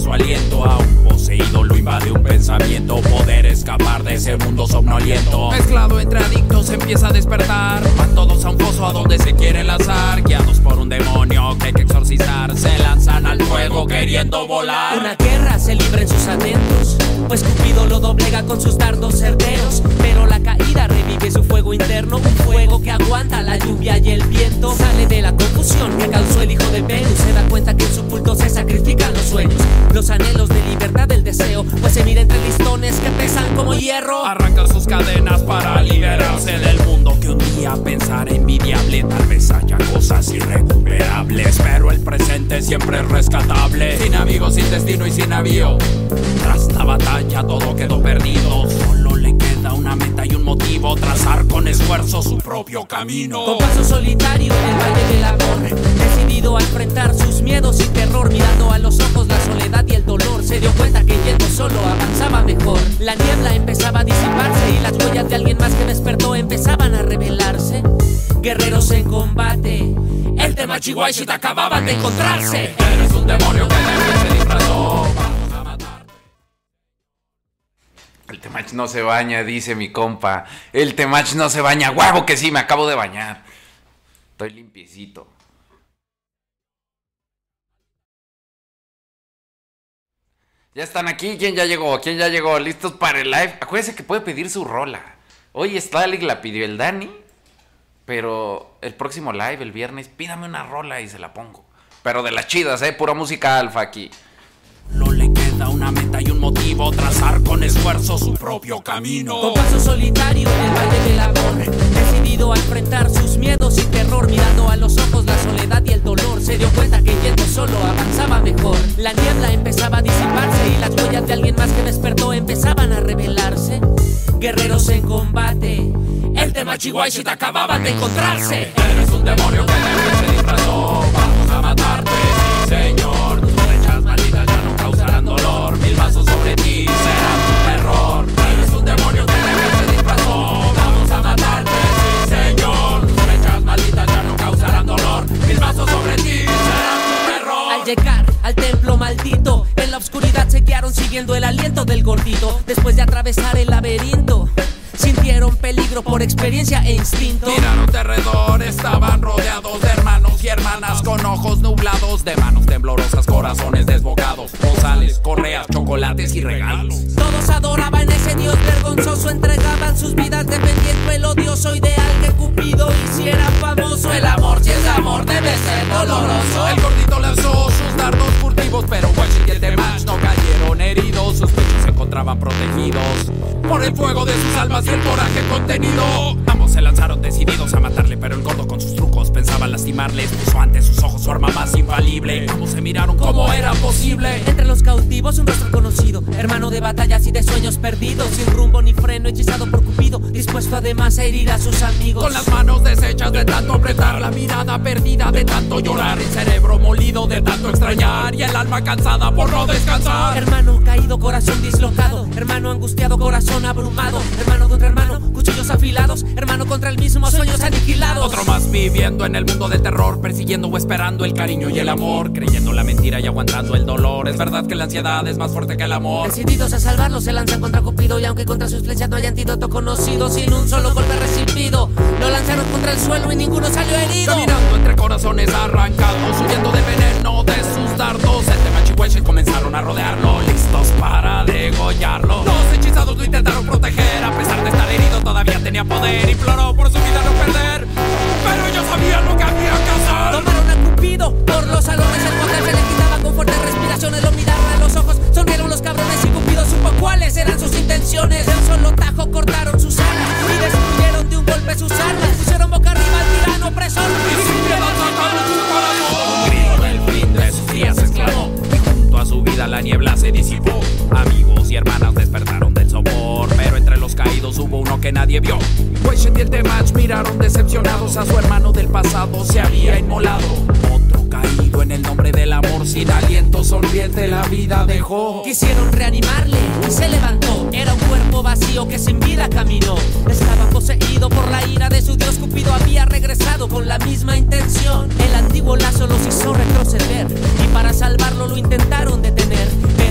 su aliento. A un poseído lo invade un pensamiento, poder escapar de ese mundo somnoliento. Mezclado entre adictos empieza a despertar, van todos a un pozo a donde se quiere lanzar. Guiados por un demonio que hay que exorcizar, se lanzan al fuego queriendo volar. Una guerra se libra en sus adentros, pues Cupido lo doblega con sus dardos certeros. Pero la caída revive su fuego interno, un fuego que aguanta la lluvia y el viento. Sale de la confusión que causó el hijo de Venus, se da cuenta que en su culto se sacrifican los sueños, los anhelos de libertad del deseo, pues se mira entre listones que pesan como hierro. Arranca sus cadenas para liberarse del mundo que un día pensara envidiable. Tal vez haya cosas irrecuperables, pero el presente siempre es rescatable. Sin amigos, sin destino y sin navío, tras la batalla todo quedó perdido. Solo le queda una meta y un motivo, trazar con esfuerzo su propio camino. Con paso solitario en el valle del amor, decidido a enfrentar sus miedos y terror, mirando a los ojos la soledad y el dolor, se dio cuenta que yendo solo avanzaba mejor. La niebla empezaba a disiparse y las huellas de alguien más que despertó empezaban a revelarse. Guerreros en combate, el Temachihuachit acababan de encontrarse. Eres un demonio que de se disfrazó. Vamos a matarte. El Temach no se baña, dice mi compa. El Temach no se baña. ¡Huevo que sí! Me acabo de bañar. Estoy limpiecito. Ya están aquí. ¿Quién ya llegó? ¿Quién ya llegó? ¿Listos para el live? Acuérdense que puede pedir su rola. Hoy Stalin la pidió el Dani, pero el próximo live, el viernes, pídame una rola y se la pongo. Pero de las chidas, pura música alfa aquí. No le queda una meta y un motivo, trazar con esfuerzo su propio camino. Con paso solitario en el valle del amor, decidido a enfrentar sus miedos y terror, mirando a los ojos la soledad y el dolor, se dio cuenta que yendo solo avanzaba mejor. La niebla empezaba a disiparse y las huellas de alguien más que despertó empezaban a revelarse. Guerreros en combate, el Temachihuachit acababan de encontrarse. Eres un demonio que de se disfrazó. Vamos a matarte, sí señor. Tus flechas malditas ya no causarán dolor. 1000 vasos sobre ti serán tu terror. Eres un demonio que de se disfrazó. Vamos a matarte, sí señor. Tus flechas malditas ya no causarán dolor. 1000 vasos sobre ti serán tu terror. Al llegar al templo maldito, en la oscuridad se quedaron siguiendo el aliento del gordito. Después de atravesar el laberinto, sintieron peligro por experiencia e instinto. Miraron derredor, estaban rodeados de hermanos y hermanas con ojos nublados, de manos temblorosas, corazones desbocados, bozales, correas, chocolates y regalos. Todos adoraban ese dios vergonzoso, entregaban sus vidas dependiendo el odioso ideal que Cupido hiciera famoso. El amor, si es amor, debe ser doloroso. El gordito lanzó sus dardos furtivos, pero Huachit y el Temach no cayeron heridos. Sus pechos se encontraban protegidos por el fuego de sus almas y el coraje contenido. Ambos se lanzaron decididos a matarle, pero el gordo con sus trucos pensaba lastimarles. Puso ante sus ojos su arma más infalible. Ambos se miraron como era posible. Entre los cautivos un rostro conocido, hermano de batallas y de sueños perdidos, sin rumbo ni freno, hechizado por Cupido, dispuesto además a herir a sus amigos. Con las manos deshechas de tanto apretar, la mirada perdida de tanto llorar, el cerebro molido de tanto extrañar y el alma cansada por no descansar. Hermano caído, corazón dislocado, hermano angustiado, corazón abrumado, hermano contra hermano, cuchillos afilados, hermano contra el mismo, sueños aniquilados. Otro más viviendo en el mundo del terror, persiguiendo o esperando el cariño y el amor, creyendo la mentira y aguantando el dolor. Es verdad que la ansiedad es más fuerte que el amor. Decididos a salvarlo se lanzan contra Cupido, y aunque contra sus flechas no hay antídoto conocido, sin un solo golpe recibido, lo lanzaron contra el suelo y ninguno salió herido. Caminando entre corazones arrancados, huyendo del veneno de sus dardos, el Temachihuachit comenzaron a rodearlo, listos para degollarlo. Los hechizados lo intentaron proteger, a pesar de estar herido todavía tenía poder. Imploró por su vida no perder, pero ellos sabían lo que había que hacer. Tomaron a Cupido por los salones, el poder se le quitaba con fuertes respiraciones, lo miraron a los ojos, sonrieron los cabrones y Cupido supo cuáles eran sus intenciones. De un solo tajo cortaron sus alas y destruyeron de un golpe sus armas, pusieron boca arriba al tirano opresor y sin piedad mataron su corazón. Un grito del fin de sus días exclamó, y junto a su vida la niebla se disipó. Amigos y hermanas despertaron del sopor, pero entre los caídos hubo uno que nadie vio. Huachit y el Temach miraron decepcionados a su hermano del pasado, se había inmolado. Otro caído en el nombre del amor, sin aliento sonriente la vida dejó. Quisieron reanimarle y se levantó, era un cuerpo vacío que sin vida caminó. Estaba poseído por la ira de su dios, Cupido había regresado con la misma intención. El antiguo lazo los hizo retroceder y para salvarlo lo intentaron detener, pero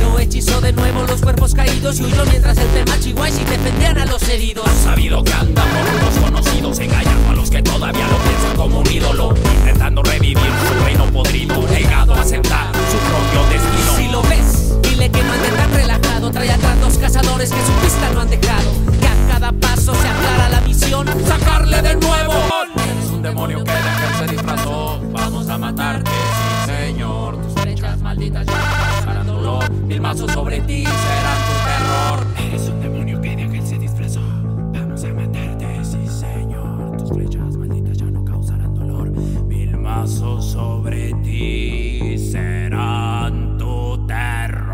desconocidos y huyó mientras el Temachi y Guaychi defendían a los heridos. Han sabido que andan por unos conocidos, engañando a los que todavía lo piensan como un ídolo, intentando revivir su reino podrido, negado a aceptar su propio destino. Si lo ves, dile que no ande tan relajado. Trae atrás dos cazadores que su pista no han dejado. Que a cada paso se aclara la visión, sacarle de nuevo. Eres un demonio que de ángel se disfrazó. Vamos a matarte, sí señor. Tus flechas malditas ya causarán dolor. Mil mazos sobre ti serán tu terror. Eres un demonio que de ángel se disfrazó. Vamos a matarte, sí señor. Tus flechas malditas ya no causarán dolor. Mil mazos sobre ti serán tu terror.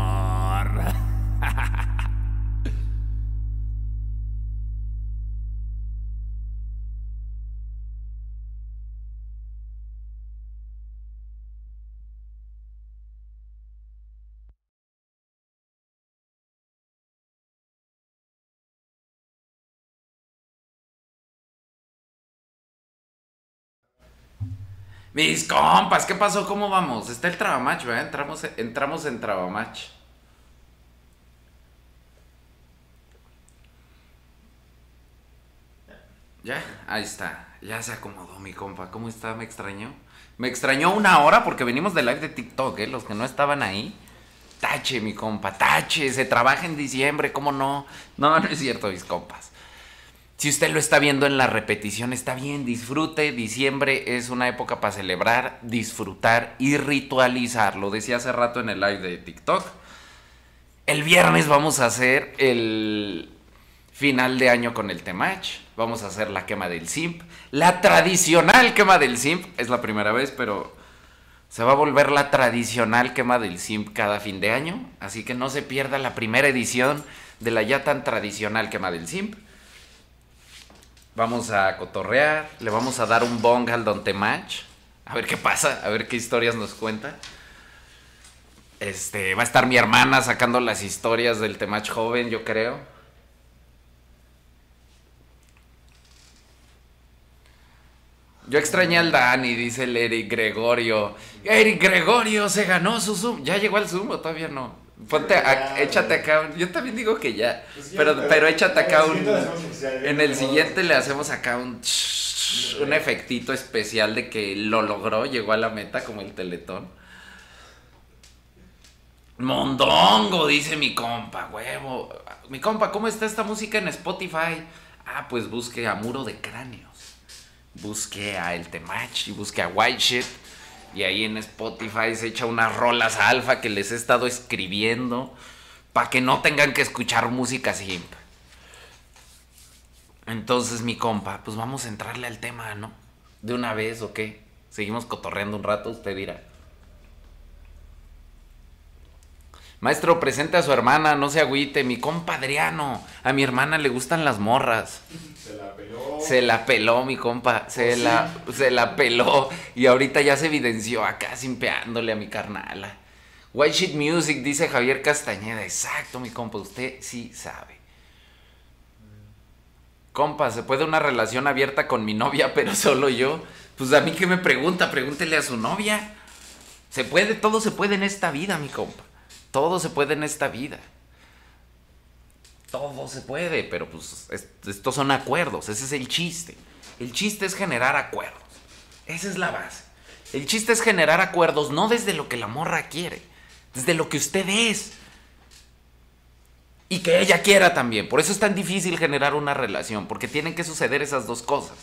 Mis compas, ¿qué pasó? ¿Cómo vamos? Está el Travamatch, ¿verdad? Entramos en Travamatch. ¿Ya? Ahí está. Ya se acomodó mi compa. ¿Cómo está? ¿Me extrañó? Me extrañó una hora porque venimos de live de TikTok, ¿eh? Los que no estaban ahí. Tache, mi compa, tache. Se trabaja en diciembre, ¿cómo no? No, no es cierto, mis compas. Si usted lo está viendo en la repetición, está bien, disfrute. Diciembre es una época para celebrar, disfrutar y ritualizar. Lo decía hace rato en el live de TikTok. El viernes vamos a hacer el final de año con el Temach. Vamos a hacer la quema del simp. La tradicional quema del simp. Es la primera vez, pero se va a volver la tradicional quema del simp cada fin de año. Así que no se pierda la primera edición de la ya tan tradicional quema del simp. Vamos a cotorrear, le vamos a dar un bong al Don Temach. A ver qué pasa, a ver qué historias nos cuenta. Va a estar mi hermana sacando las historias del Temach joven, yo creo. Yo extrañé al Dani, dice el Eric Gregorio. Eric Gregorio se ganó su Zoom. ¿Ya llegó al Zoom o todavía no? Échate acá. Yo también digo que ya. Pero échate acá un. En el siguiente le hacemos acá un efectito especial de que lo logró, llegó a la meta como el Teletón. Mondongo, dice mi compa, huevo. Mi compa, ¿cómo está esta música en Spotify? Ah, pues busque a Muro de Cráneos. Busque a El Temach y busque a White Shit. Y ahí en Spotify se echa unas rolas alfa que les he estado escribiendo para que no tengan que escuchar música simp. Entonces, mi compa, pues vamos a entrarle al tema, ¿no? ¿De una vez o qué? Seguimos cotorreando un rato, usted dirá. Maestro, presente a su hermana, no se agüite. Mi compa Adriano, a mi hermana le gustan las morras. Se la peló. Se la peló, mi compa. Se la peló. Y ahorita ya se evidenció acá simpeándole a mi carnala. White Shit Music, dice Javier Castañeda. Exacto, mi compa. Usted sí sabe. Compa, ¿se puede una relación abierta con mi novia, pero solo yo? Pues a mí que me pregunta, pregúntele a su novia. Se puede, todo se puede en esta vida, mi compa. Todo se puede en esta vida. Todo se puede, pero pues estos son acuerdos, ese es el chiste. El chiste es generar acuerdos. Esa es la base. El chiste es generar acuerdos no desde lo que la morra quiere, desde lo que usted es. Y que ella quiera también. Por eso es tan difícil generar una relación, porque tienen que suceder esas dos cosas.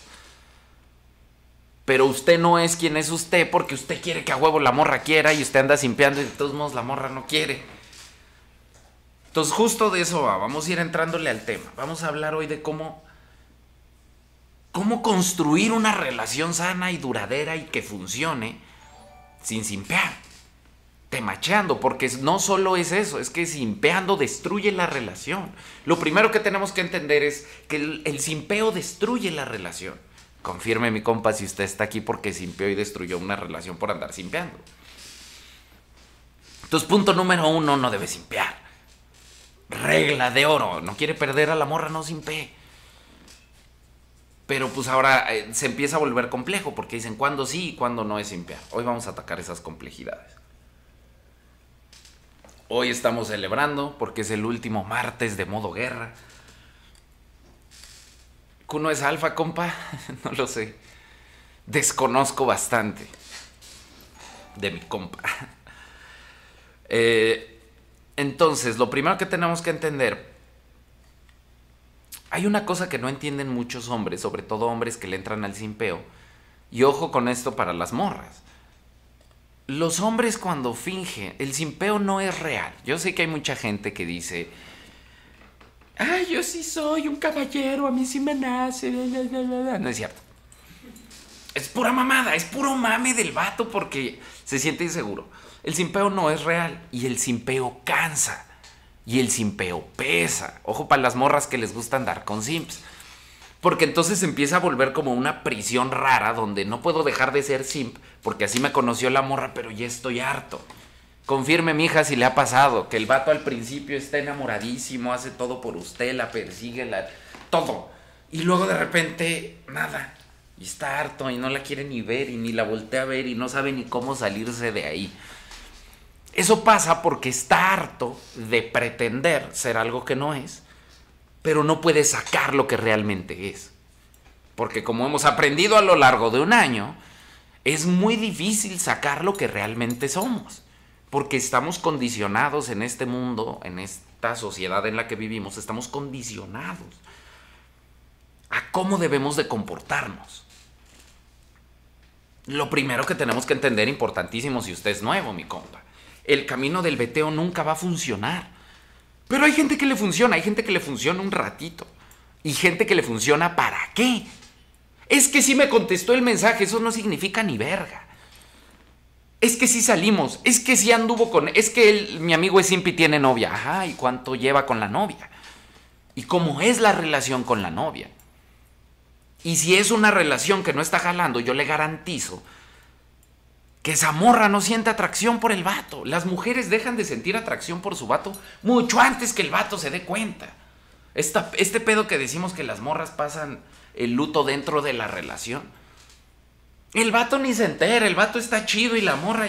Pero usted no es quien es usted porque usted quiere que a huevo la morra quiera y usted anda simpeando y de todos modos la morra no quiere. Entonces justo de eso va, vamos a ir entrándole al tema. Vamos a hablar hoy de cómo construir una relación sana y duradera y que funcione sin simpear, temacheando, porque no solo es eso, es que simpeando destruye la relación. Lo primero que tenemos que entender es que el simpeo destruye la relación. Confirme, mi compa, si usted está aquí porque simpeó y destruyó una relación por andar simpeando. Entonces, punto número 1, no debe simpear. Regla de oro, no quiere perder a la morra, no simpee. Pero pues ahora se empieza a volver complejo porque dicen cuándo sí y cuándo no es simpear. Hoy vamos a atacar esas complejidades. Hoy estamos celebrando porque es el último martes de modo guerra. ¿Kuno es alfa, compa? No lo sé. Desconozco bastante de mi compa. Entonces, lo primero que tenemos que entender, hay una cosa que no entienden muchos hombres, sobre todo hombres que le entran al simpeo, y ojo con esto para las morras. Los hombres cuando fingen, el simpeo no es real. Yo sé que hay mucha gente que dice, ay, yo sí soy un caballero, a mí sí me nace. No es cierto. Es pura mamada, es puro mame del vato porque se siente inseguro. El simpeo no es real y el simpeo cansa. Y el simpeo pesa. Ojo para las morras que les gusta andar con simps. Porque entonces empieza a volver como una prisión rara donde no puedo dejar de ser simp porque así me conoció la morra, pero ya estoy harto. Confirme, mija, si le ha pasado que el vato al principio está enamoradísimo, hace todo por usted, la persigue, todo. Y luego de repente, nada. Y está harto y no la quiere ni ver y ni la voltea a ver y no sabe ni cómo salirse de ahí. Eso pasa porque está harto de pretender ser algo que no es, pero no puede sacar lo que realmente es. Porque como hemos aprendido a lo largo de un año, es muy difícil sacar lo que realmente somos. Porque estamos condicionados en este mundo, en esta sociedad en la que vivimos, estamos condicionados a cómo debemos de comportarnos. Lo primero que tenemos que entender, importantísimo si usted es nuevo, mi compa, el camino del veteo nunca va a funcionar. Pero hay gente que le funciona, hay gente que le funciona un ratito. Y gente que le funciona ¿para qué? Es que sí me contestó el mensaje, eso no significa ni verga. Es que sí salimos, es que sí anduvo con... Es que mi amigo es simp y tiene novia. Ajá, ¿y cuánto lleva con la novia? ¿Y cómo es la relación con la novia? Y si es una relación que no está jalando, yo le garantizo que esa morra no siente atracción por el vato. Las mujeres dejan de sentir atracción por su vato mucho antes que el vato se dé cuenta. Este pedo que decimos que las morras pasan el luto dentro de la relación. El vato ni se entera, el vato está chido y la morra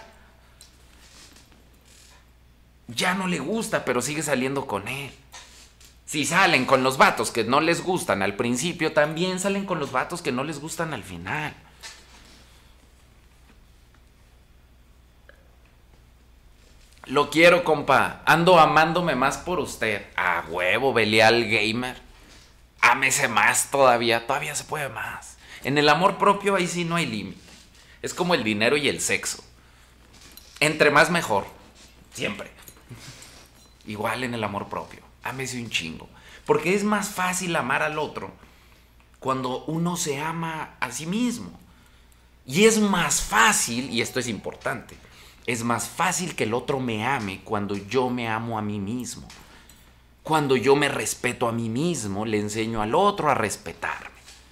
ya no le gusta, pero sigue saliendo con él. Si salen con los vatos que no les gustan al principio, también salen con los vatos que no les gustan al final. Lo quiero, compa. Ando amándome más por usted. A huevo, Belial Gamer. Ámese más todavía. Todavía se puede más. En el amor propio ahí sí no hay límite. Es como el dinero y el sexo. Entre más mejor. Siempre. Igual en el amor propio. Ámese un chingo. Porque es más fácil amar al otro cuando uno se ama a sí mismo. Y es más fácil, y esto es importante, es más fácil que el otro me ame cuando yo me amo a mí mismo. Cuando yo me respeto a mí mismo, le enseño al otro a respetarme.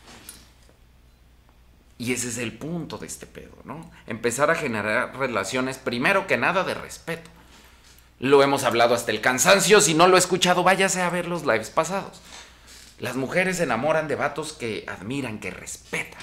Y ese es el punto de este pedo, ¿no? Empezar a generar relaciones, primero que nada, de respeto. Lo hemos hablado hasta el cansancio. Si no lo he escuchado, váyase a ver los lives pasados. Las mujeres se enamoran de vatos que admiran, que respetan.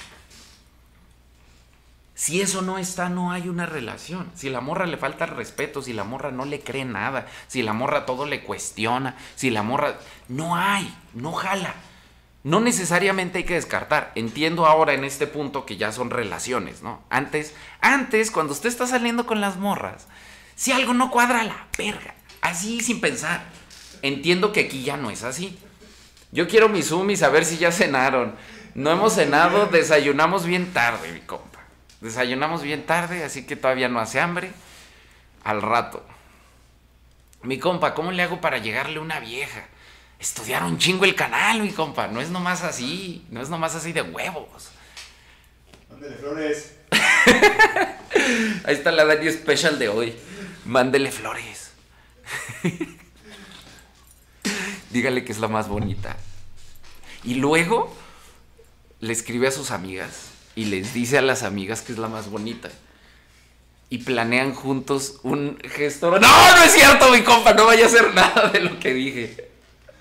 Si eso no está, no hay una relación. Si la morra le falta el respeto, si la morra no le cree nada, si la morra todo le cuestiona, si la morra... No hay, no jala. No necesariamente hay que descartar. Entiendo ahora en este punto que ya son relaciones, ¿no? Antes, cuando usted está saliendo con las morras, si algo no cuadra, la verga. Así, sin pensar. Entiendo que aquí ya no es así. Yo quiero mis zoomies a ver si ya cenaron. No hemos cenado, desayunamos bien tarde, mi compa. Desayunamos bien tarde, así que todavía no hace hambre. Al rato. Mi compa, ¿cómo le hago para llegarle a una vieja? Estudiar un chingo el canal, mi compa. No es nomás así. No es nomás así de huevos. Mándele flores. Ahí está la Dani Special de hoy. Mándele flores. Dígale que es la más bonita. Y luego le escribe a sus amigas y les dice a las amigas que es la más bonita. Y planean juntos un gesto. ¡No, no es cierto, mi compa! No vaya a hacer nada de lo que dije.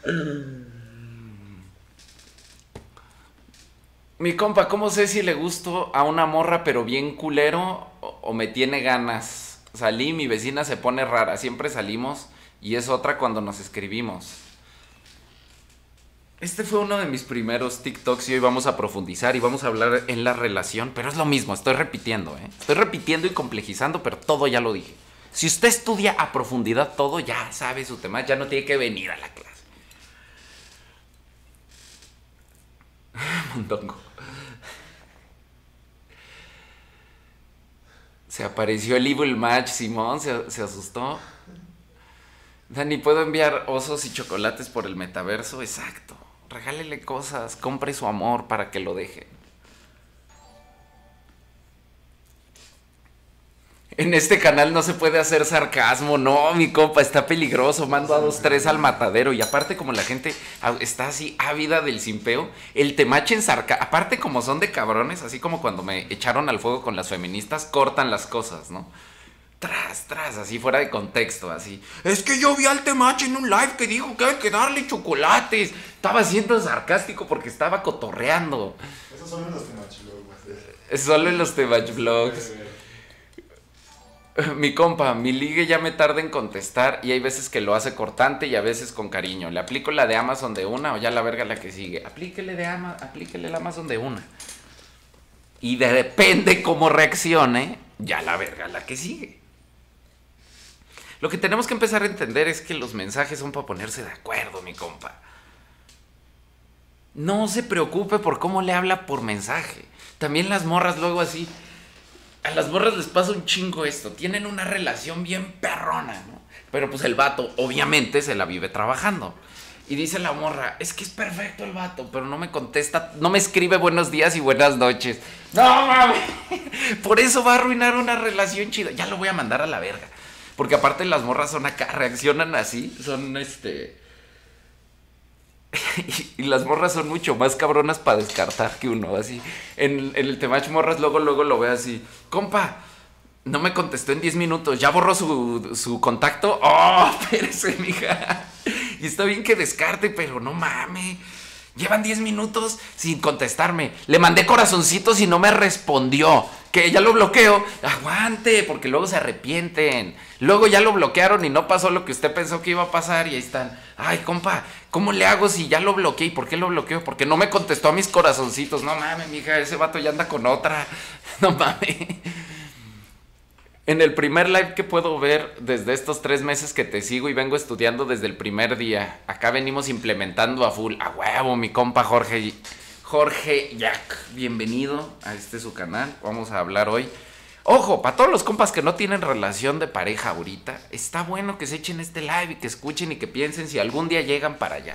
Mi compa, ¿cómo sé si le gusto a una morra pero bien culero o me tiene ganas Salí, mi vecina se pone rara. Siempre salimos y es otra cuando nos escribimos. Este fue uno de mis primeros TikToks y hoy vamos a profundizar y vamos a hablar en la relación. Pero es lo mismo, estoy repitiendo, ¿eh? Estoy repitiendo y complejizando, pero todo ya lo dije. Si usted estudia a profundidad todo, ya sabe su tema, ya no tiene que venir a la clase. Mondongo. Se apareció el Evil Match, Simón, se asustó. Dani, ¿puedo enviar osos y chocolates por el metaverso? Exacto. Regálele cosas, compre su amor para que lo deje. En este canal no se puede hacer sarcasmo, no, mi compa, está peligroso. Mando a 2, 3 al matadero. Y aparte, como la gente está así ávida del simpeo, el temache en sarcasmo. Aparte, como son de cabrones, así como cuando me echaron al fuego con las feministas, cortan las cosas, ¿no? Tras, así fuera de contexto, así. Es que yo vi al temache en un live que dijo que hay que darle chocolates. Estaba siendo sarcástico porque estaba cotorreando. Eso solo en los Temach Vlogs. Solo en los Temach Vlogs. Mi compa, mi ligue ya me tarda en contestar y hay veces que lo hace cortante y a veces con cariño. ¿Le aplico la de Amazon de una o ya la verga la que sigue? Aplíquele la Amazon de una. Y depende cómo reaccione, ya la verga la que sigue. Lo que tenemos que empezar a entender es que los mensajes son para ponerse de acuerdo, mi compa. No se preocupe por cómo le habla por mensaje. También las morras luego así... A las morras les pasa un chingo esto. Tienen una relación bien perrona, ¿no? Pero pues el vato obviamente se la vive trabajando. Y dice la morra, es que es perfecto el vato, pero no me contesta, no me escribe buenos días y buenas noches. No mames. Por eso va a arruinar una relación chida. Ya lo voy a mandar a la verga. Porque aparte las morras son acá, reaccionan así. Son y las morras son mucho más cabronas para descartar que uno, así. En el Temach Morras luego lo veo así. Compa, no me contestó en 10 minutos, ¿ya borró su contacto? ¡Oh, espérese, mija! Y está bien que descarte, pero no mames. Llevan 10 minutos sin contestarme. Le mandé corazoncitos y no me respondió. Que ya lo bloqueo. Aguante, porque luego se arrepienten. Luego ya lo bloquearon y no pasó lo que usted pensó que iba a pasar y ahí están. Ay, compa, ¿cómo le hago si ya lo bloqueé? ¿Y por qué lo bloqueo? Porque no me contestó a mis corazoncitos. No mames, mija, ese vato ya anda con otra. No mames. En el primer live que puedo ver desde estos 3 meses que te sigo y vengo estudiando desde el primer día. Acá venimos implementando a full. A huevo, mi compa Jorge Jack. Bienvenido a su canal. Vamos a hablar hoy. Ojo, para todos los compas que no tienen relación de pareja ahorita, está bueno que se echen este live y que escuchen y que piensen si algún día llegan para allá.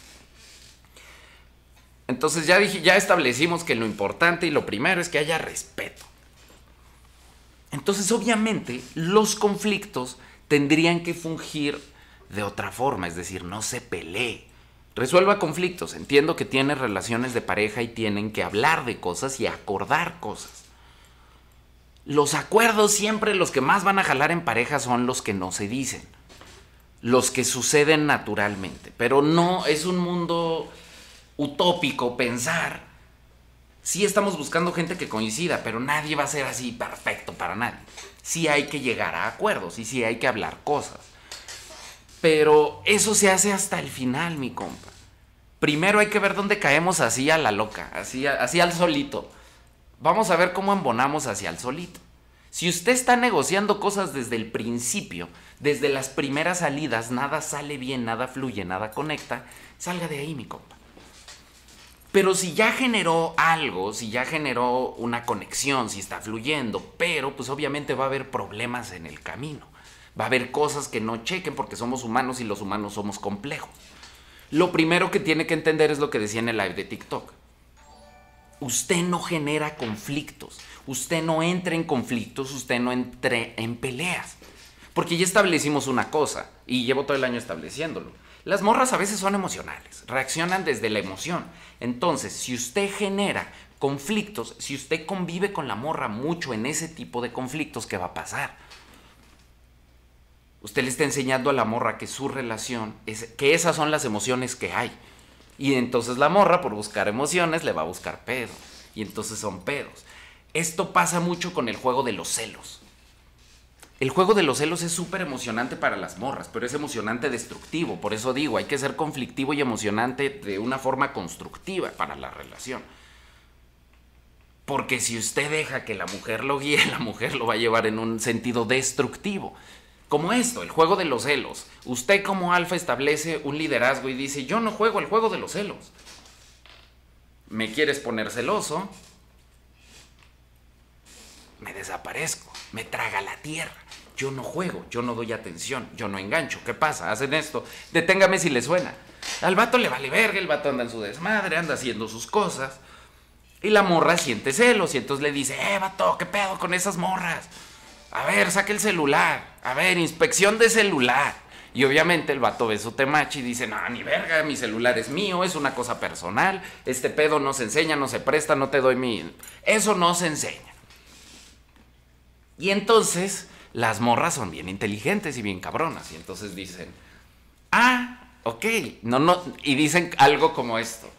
Entonces ya establecimos que lo importante y lo primero es que haya respeto. Entonces, obviamente, los conflictos tendrían que fungir de otra forma, es decir, no se pelee. Resuelva conflictos. Entiendo que tiene relaciones de pareja y tienen que hablar de cosas y acordar cosas. Los acuerdos siempre los que más van a jalar en pareja son los que no se dicen, los que suceden naturalmente. Pero no es un mundo utópico pensar. Sí estamos buscando gente que coincida, pero nadie va a ser así perfecto para nadie. Sí hay que llegar a acuerdos y sí hay que hablar cosas. Pero eso se hace hasta el final, mi compa. Primero hay que ver dónde caemos así a la loca, así al solito. Vamos a ver cómo embonamos hacia el solito. Si usted está negociando cosas desde el principio, desde las primeras salidas, nada sale bien, nada fluye, nada conecta, salga de ahí, mi compa. Pero si ya generó algo, si ya generó una conexión, si está fluyendo, pero pues obviamente va a haber problemas en el camino. Va a haber cosas que no chequen porque somos humanos y los humanos somos complejos. Lo primero que tiene que entender es lo que decía en el live de TikTok. Usted no genera conflictos, usted no entra en conflictos, usted no entre en peleas. Porque ya establecimos una cosa y llevo todo el año estableciéndolo. Las morras a veces son emocionales, reaccionan desde la emoción. Entonces, si usted genera conflictos, si usted convive con la morra mucho en ese tipo de conflictos, ¿qué va a pasar? Usted le está enseñando a la morra que su relación, que esas son las emociones que hay. Y entonces la morra, por buscar emociones, le va a buscar pedos. Y entonces son pedos. Esto pasa mucho con el juego de los celos. El juego de los celos es súper emocionante para las morras, pero es emocionante destructivo. Por eso digo, hay que ser conflictivo y emocionante de una forma constructiva para la relación. Porque si usted deja que la mujer lo guíe, la mujer lo va a llevar en un sentido destructivo. Como esto, el juego de los celos. Usted como alfa establece un liderazgo y dice, yo no juego el juego de los celos. ¿Me quieres poner celoso? Me desaparezco, me traga la tierra. Yo no juego, yo no doy atención, yo no engancho. ¿Qué pasa? Hacen esto. Deténgame si le suena. Al vato le vale verga, el vato anda en su desmadre, anda haciendo sus cosas. Y la morra siente celos y entonces le dice, vato, ¿qué pedo con esas morras? A ver, saque el celular. A ver, inspección de celular. Y obviamente el vato ve su temachi y dice, no, ni verga, mi celular es mío, es una cosa personal. Este pedo no se enseña, no se presta, no te doy mi... Eso no se enseña. Y entonces las morras son bien inteligentes y bien cabronas. Y entonces dicen, ok, no, y dicen algo como esto.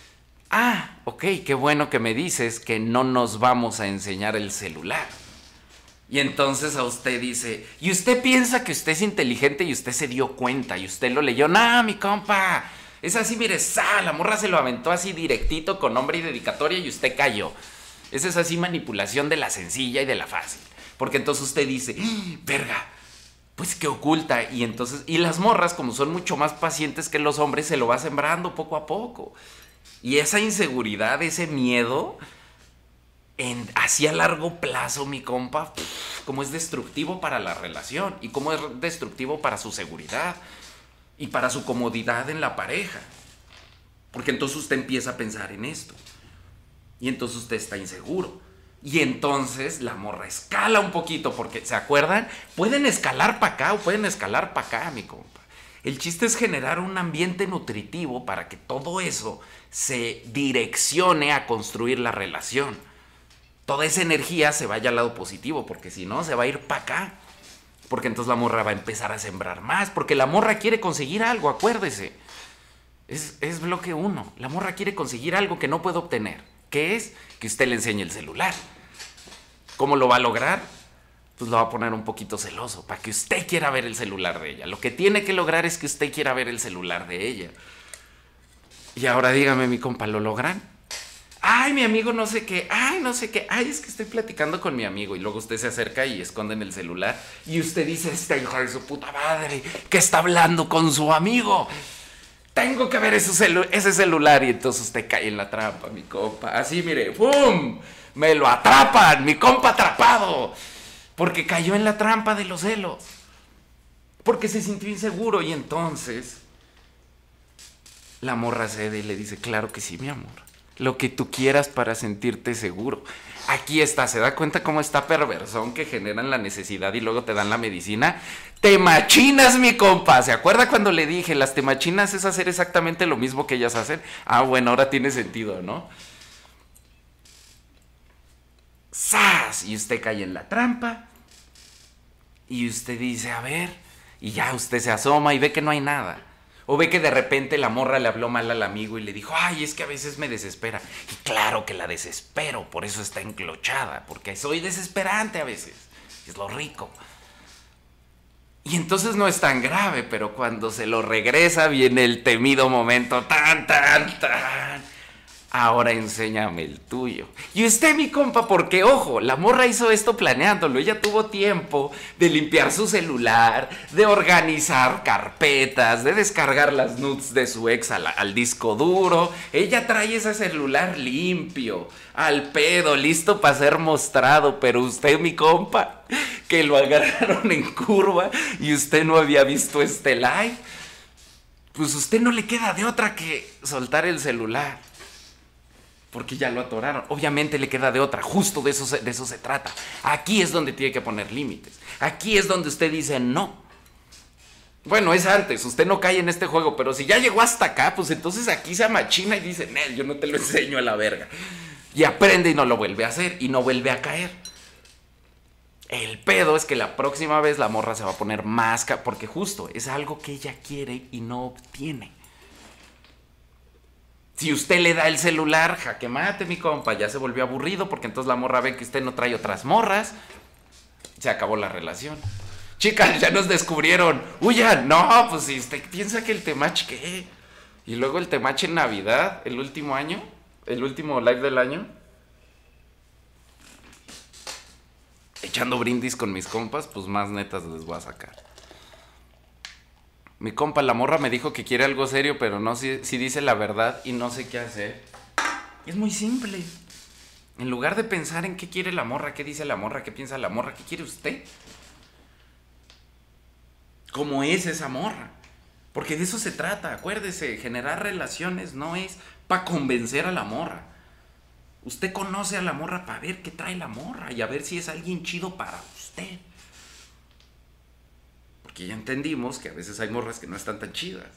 Ok, qué bueno que me dices que no nos vamos a enseñar el celular. Y entonces a usted dice, y usted piensa que usted es inteligente y usted se dio cuenta y usted lo leyó. No, mi compa, es así, mire, la morra se lo aventó así directito con nombre y dedicatoria y usted cayó. Esa es así manipulación de la sencilla y de la fácil. Porque entonces usted dice, verga, pues que oculta. Y entonces, y las morras, como son mucho más pacientes que los hombres, se lo va sembrando poco a poco. Y esa inseguridad, ese miedo, así a largo plazo, mi compa, como es destructivo para la relación y como es destructivo para su seguridad y para su comodidad en la pareja. Porque entonces usted empieza a pensar en esto. Y entonces usted está inseguro. Y entonces la morra escala un poquito, porque, ¿se acuerdan? Pueden escalar para acá o pueden escalar para acá, mi compa. El chiste es generar un ambiente nutritivo para que todo eso se direccione a construir la relación. Toda esa energía se vaya al lado positivo, porque si no, se va a ir para acá. Porque entonces la morra va a empezar a sembrar más, porque la morra quiere conseguir algo, acuérdese. Es bloque 1. La morra quiere conseguir algo que no puede obtener. ¿Qué es? Que usted le enseñe el celular. ¿Cómo lo va a lograr? Pues lo va a poner un poquito celoso, para que usted quiera ver el celular de ella. Lo que tiene que lograr es que usted quiera ver el celular de ella. Y ahora dígame, mi compa, ¿lo logran? Ay, mi amigo no sé qué, ay, no sé qué, ay, es que estoy platicando con mi amigo. Y luego usted se acerca y esconden el celular. Y usted dice, esta hija de su puta madre, que está hablando con su amigo. Tengo que ver ese celular. Y entonces usted cae en la trampa, mi compa. Así, mire, ¡pum! Me lo atrapan, mi compa atrapado. Porque cayó en la trampa de los celos. Porque se sintió inseguro. Y entonces la morra cede y le dice, claro que sí, mi amor. Lo que tú quieras para sentirte seguro. Aquí está, ¿se da cuenta cómo está perversón que generan la necesidad y luego te dan la medicina? Temachinas, mi compa. ¿Se acuerda cuando le dije, las temachinas es hacer exactamente lo mismo que ellas hacen? Bueno, ahora tiene sentido, ¿no? ¡Sas! Y usted cae en la trampa. Y usted dice, a ver. Y ya usted se asoma y ve que no hay nada. O ve que de repente la morra le habló mal al amigo y le dijo, ay, es que a veces me desespera. Y claro que la desespero, por eso está enclochada, porque soy desesperante a veces. Es lo rico. Y entonces no es tan grave, pero cuando se lo regresa viene el temido momento, tan. Ahora enséñame el tuyo. Y usted, mi compa, porque, ojo, la morra hizo esto planeándolo. Ella tuvo tiempo de limpiar su celular, de organizar carpetas, de descargar las nudes de su ex al disco duro. Ella trae ese celular limpio, al pedo, listo para ser mostrado. Pero usted, mi compa, que lo agarraron en curva y usted no había visto este live, pues usted no le queda de otra que soltar el celular. Porque ya lo atoraron. Obviamente le queda de otra. Justo de eso se trata. Aquí es donde tiene que poner límites. Aquí es donde usted dice no. Bueno, es antes. Usted no cae en este juego. Pero si ya llegó hasta acá, pues entonces aquí se amachina y dice, Nel, yo no te lo enseño a la verga. Y aprende y no lo vuelve a hacer. Y no vuelve a caer. El pedo es que la próxima vez la morra se va a poner más... Porque justo es algo que ella quiere y no obtiene. Si usted le da el celular, jaque mate, mi compa, ya se volvió aburrido porque entonces la morra ve que usted no trae otras morras. se acabó la relación. Chicas, ya nos descubrieron. Huyan. No, pues si usted piensa que el Temach, ¿qué? Y luego el Temach en Navidad, el último año, el último live del año, echando brindis con mis compas, pues más netas les voy a sacar. Mi compa, la morra me dijo que quiere algo serio, pero no si dice la verdad y no sé qué hacer. Es muy simple. En lugar de pensar en qué quiere la morra, qué dice la morra, qué piensa la morra, qué quiere usted, ¿cómo es esa morra? Porque de eso se trata, acuérdese, generar relaciones no es para convencer a la morra. Usted conoce a la morra para ver qué trae la morra y a ver si es alguien chido para usted. Porque ya entendimos que a veces hay morras que no están tan chidas.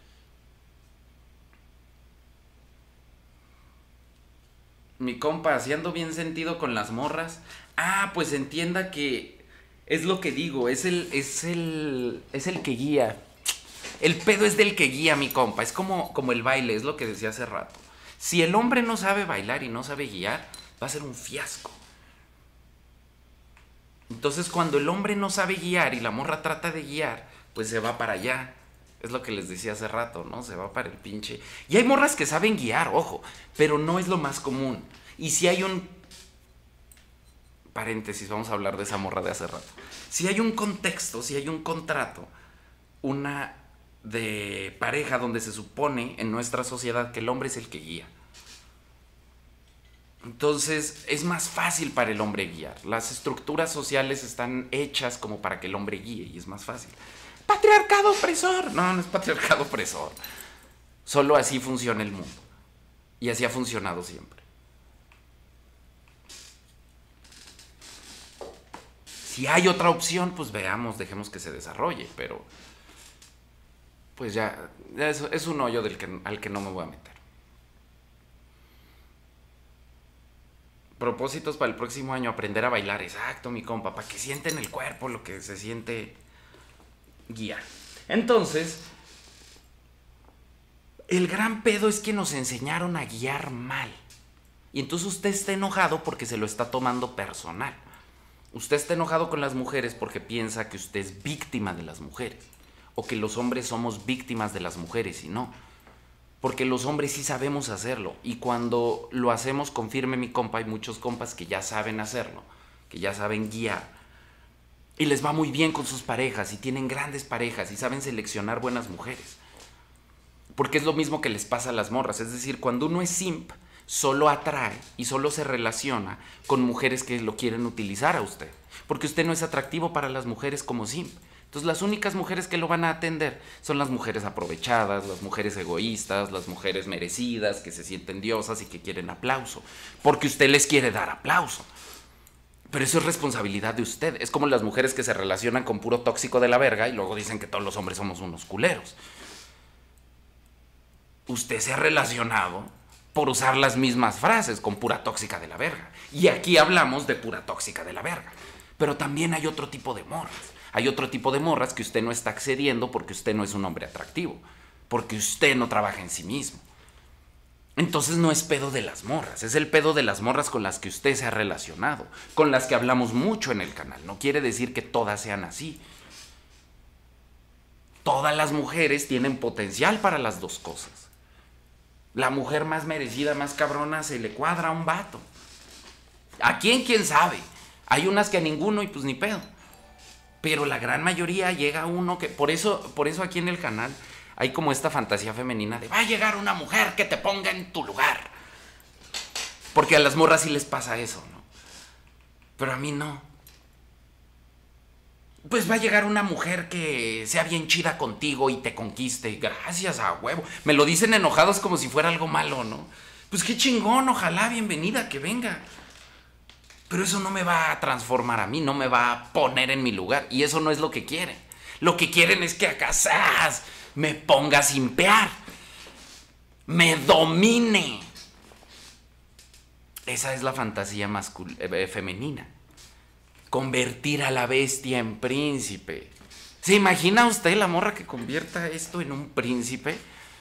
Mi compa, haciendo bien sentido con las morras. Pues entienda que es lo que digo, es el que guía. El pedo es del que guía, mi compa. Es como el baile, es lo que decía hace rato. Si el hombre no sabe bailar y no sabe guiar, va a ser un fiasco. Entonces, cuando el hombre no sabe guiar y la morra trata de guiar, pues se va para allá. Es lo que les decía hace rato, ¿no? Se va para el pinche. Y hay morras que saben guiar, ojo, pero no es lo más común. Y si hay un... Paréntesis, vamos a hablar de esa morra de hace rato. Si hay un contexto, si hay un contrato, una de pareja donde se supone en nuestra sociedad que el hombre es el que guía. Entonces es más fácil para el hombre guiar. Las estructuras sociales están hechas como para que el hombre guíe y es más fácil. ¡Patriarcado opresor! No, no es patriarcado opresor. Solo así funciona el mundo. Y así ha funcionado siempre. Si hay otra opción, pues veamos, dejemos que se desarrolle, pero pues ya es un hoyo al que no me voy a meter. Propósitos para el próximo año, aprender a bailar. Exacto, mi compa, para que siente en el cuerpo lo que se siente guiar. Entonces, el gran pedo es que nos enseñaron a guiar mal. Y entonces usted está enojado porque se lo está tomando personal. Usted está enojado con las mujeres porque piensa que usted es víctima de las mujeres. O que los hombres somos víctimas de las mujeres y no. Porque los hombres sí sabemos hacerlo. Y cuando lo hacemos, confirme mi compa, hay muchos compas que ya saben hacerlo. Que ya saben guiar. Y les va muy bien con sus parejas. Y tienen grandes parejas. Y saben seleccionar buenas mujeres. Porque es lo mismo que les pasa a las morras. Es decir, cuando uno es simp, solo atrae y solo se relaciona con mujeres que lo quieren utilizar a usted. Porque usted no es atractivo para las mujeres como simp. Entonces las únicas mujeres que lo van a atender son las mujeres aprovechadas, las mujeres egoístas, las mujeres merecidas, que se sienten diosas y que quieren aplauso. Porque usted les quiere dar aplauso. Pero eso es responsabilidad de usted. Es como las mujeres que se relacionan con puro tóxico de la verga y luego dicen que todos los hombres somos unos culeros. Usted se ha relacionado por usar las mismas frases con pura tóxica de la verga. Y aquí hablamos de pura tóxica de la verga. Pero también hay otro tipo de morras. Hay otro tipo de morras que usted no está accediendo porque usted no es un hombre atractivo. Porque usted no trabaja en sí mismo. Entonces no es pedo de las morras. Es el pedo de las morras con las que usted se ha relacionado. Con las que hablamos mucho en el canal. No quiere decir que todas sean así. Todas las mujeres tienen potencial para las dos cosas. La mujer más merecida, más cabrona, se le cuadra a un vato. ¿A quién? ¿Quién sabe? Hay unas que a ninguno y pues ni pedo. Pero la gran mayoría llega a uno que... Por eso aquí en el canal hay como esta fantasía femenina de va a llegar una mujer que te ponga en tu lugar. Porque a las morras sí les pasa eso, ¿no? Pero a mí no. Pues va a llegar una mujer que sea bien chida contigo y te conquiste. Gracias, a huevo. Me lo dicen enojados como si fuera algo malo, ¿no? Pues qué chingón, ojalá, bienvenida, que venga. Pero eso no me va a transformar a mí, no me va a poner en mi lugar. Y eso no es lo que quieren. Lo que quieren es que acá me ponga a simpear. Me domine. Esa es la fantasía femenina. Convertir a la bestia en príncipe. ¿Se imagina usted la morra que convierta esto en un príncipe?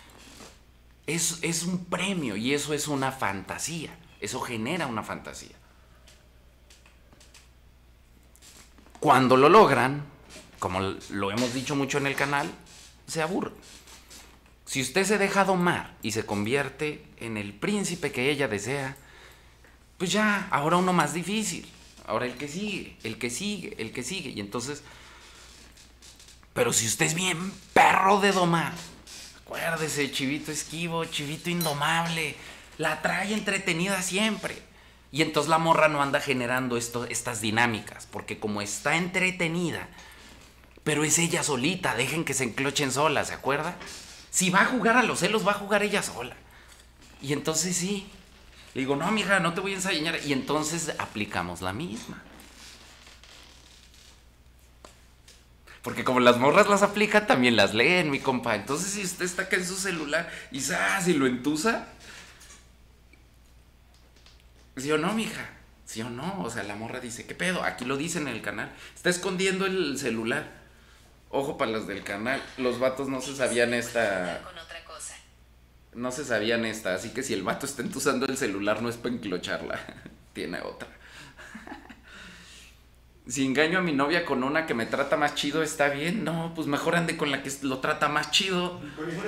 Es un premio y eso es una fantasía. Eso genera una fantasía. Cuando lo logran, como lo hemos dicho mucho en el canal, se aburre. Si usted se deja domar y se convierte en el príncipe que ella desea, pues ya, ahora uno más difícil. Ahora el que sigue, el que sigue, el que sigue. Y entonces, pero si usted es bien perro de domar, acuérdese, chivito esquivo, chivito indomable, la trae entretenida siempre. Y entonces la morra no anda generando estas dinámicas, porque como está entretenida, pero es ella solita, dejen que se enclochen sola, ¿se acuerda? Si va a jugar a los celos, va a jugar ella sola. Y entonces sí, le digo, no, mija, no te voy a ensañar. Y entonces aplicamos la misma. Porque como las morras las aplican, también las leen, mi compa. Entonces si usted está acá en su celular y si lo entusa, ¿sí o no, mija? ¿Sí o no? O sea, la morra dice, ¿qué pedo? Aquí lo dicen en el canal. Está escondiendo el celular. Ojo para las del canal. Los vatos no se sabían esta. No se sabían esta. Así que si el vato está entusando el celular, no es para enclocharla. Tiene otra. Si engaño a mi novia con una que me trata más chido, ¿está bien? No, pues mejor ande con la que lo trata más chido.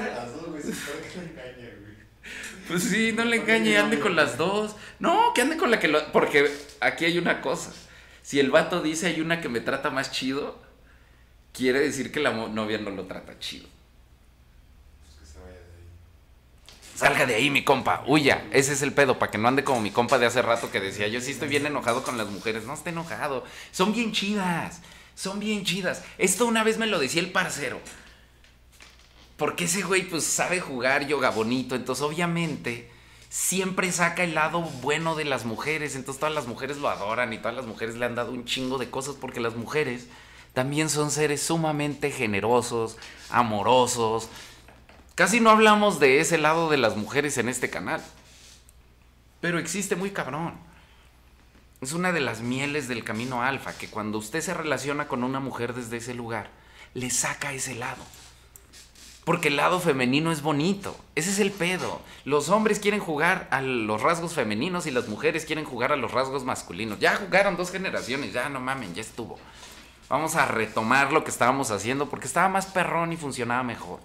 Pues sí, no le engañe, ande con las dos. No, que ande con la que lo... Porque aquí hay una cosa. Si el vato dice hay una que me trata más chido, quiere decir que la novia no lo trata chido. Pues que se vaya de ahí. Salga de ahí, mi compa, huya. Ese es el pedo, para que no ande como mi compa de hace rato que decía, yo sí estoy bien enojado con las mujeres. No esté enojado, son bien chidas, son bien chidas. Esto una vez me lo decía el parcero. Porque ese güey pues sabe jugar yoga bonito, entonces obviamente siempre saca el lado bueno de las mujeres, entonces todas las mujeres lo adoran y todas las mujeres le han dado un chingo de cosas porque las mujeres también son seres sumamente generosos, amorosos. Casi no hablamos de ese lado de las mujeres en este canal, pero existe muy cabrón. Es una de las mieles del camino alfa, que cuando usted se relaciona con una mujer desde ese lugar, le saca ese lado. Porque el lado femenino es bonito. Ese es el pedo. Los hombres quieren jugar a los rasgos femeninos y las mujeres quieren jugar a los rasgos masculinos. Ya jugaron 2 generaciones, ya no mamen, ya estuvo. Vamos a retomar lo que estábamos haciendo porque estaba más perrón y funcionaba mejor.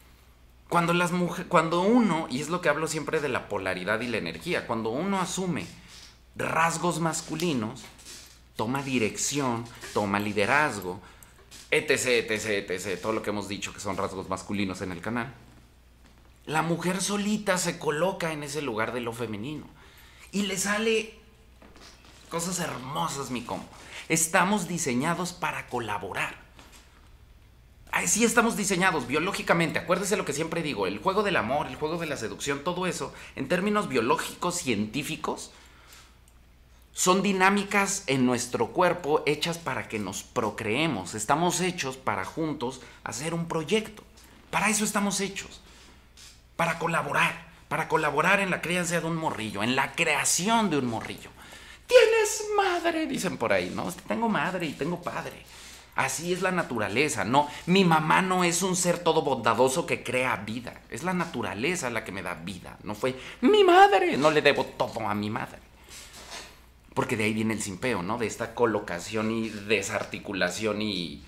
Cuando uno, y es lo que hablo siempre de la polaridad y la energía, cuando uno asume rasgos masculinos, toma dirección, toma liderazgo, etc, etc, etc, todo lo que hemos dicho que son rasgos masculinos en el canal. La mujer solita se coloca en ese lugar de lo femenino y le sale cosas hermosas, mi compa. Estamos diseñados para colaborar. Así estamos diseñados biológicamente. Acuérdese lo que siempre digo, el juego del amor, el juego de la seducción, todo eso, en términos biológicos, científicos, son dinámicas en nuestro cuerpo hechas para que nos procreemos. Estamos hechos para juntos hacer un proyecto. Para eso estamos hechos. Para colaborar en la crianza de un morrillo, en la creación de un morrillo. ¿Tienes madre? Dicen por ahí, ¿no? Tengo madre y tengo padre. Así es la naturaleza, ¿no? Mi mamá no es un ser todo bondadoso que crea vida. Es la naturaleza la que me da vida. No fue mi madre. No le debo todo a mi madre. Porque de ahí viene el simpeo, ¿no? De esta colocación y desarticulación y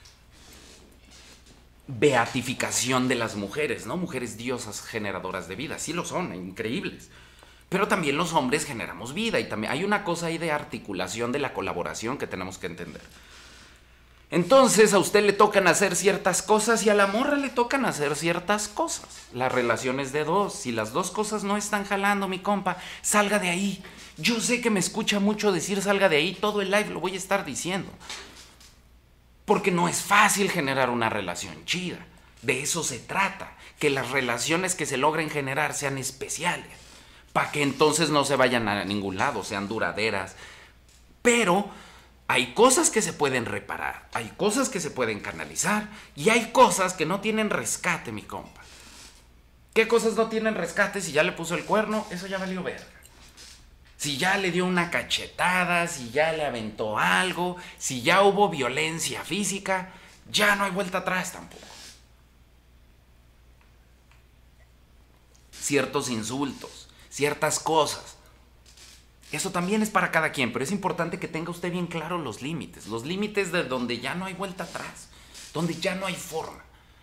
beatificación de las mujeres, ¿no? Mujeres diosas generadoras de vida. Sí lo son, increíbles. Pero también los hombres generamos vida y también hay una cosa ahí de articulación de la colaboración que tenemos que entender. Entonces a usted le tocan hacer ciertas cosas y a la morra le tocan hacer ciertas cosas. La relación es de dos. Si las dos cosas no están jalando, mi compa, salga de ahí. Yo sé que me escucha mucho decir salga de ahí. Todo el live lo voy a estar diciendo. Porque no es fácil generar una relación chida. De eso se trata. Que las relaciones que se logren generar sean especiales. Para que entonces no se vayan a ningún lado, sean duraderas. Pero hay cosas que se pueden reparar, hay cosas que se pueden canalizar y hay cosas que no tienen rescate, mi compa. ¿Qué cosas no tienen rescate? Si ya le puso el cuerno, eso ya valió verga. Si ya le dio una cachetada, si ya le aventó algo, si ya hubo violencia física, ya no hay vuelta atrás tampoco. Ciertos insultos, ciertas cosas Eso también es para cada quien, pero es importante que tenga usted bien claro los límites de donde ya no hay vuelta atrás, donde ya no hay forma.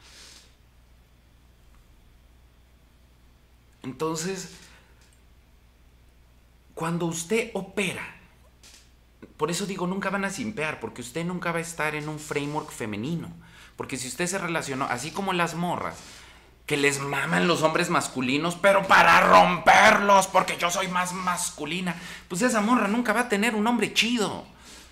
Entonces, cuando usted opera, por eso digo, nunca van a simpear, porque usted nunca va a estar en un framework femenino. Porque si usted se relacionó, así como las morras, que les maman los hombres masculinos, pero para romperlos, porque yo soy más masculina, pues esa morra nunca va a tener un hombre chido.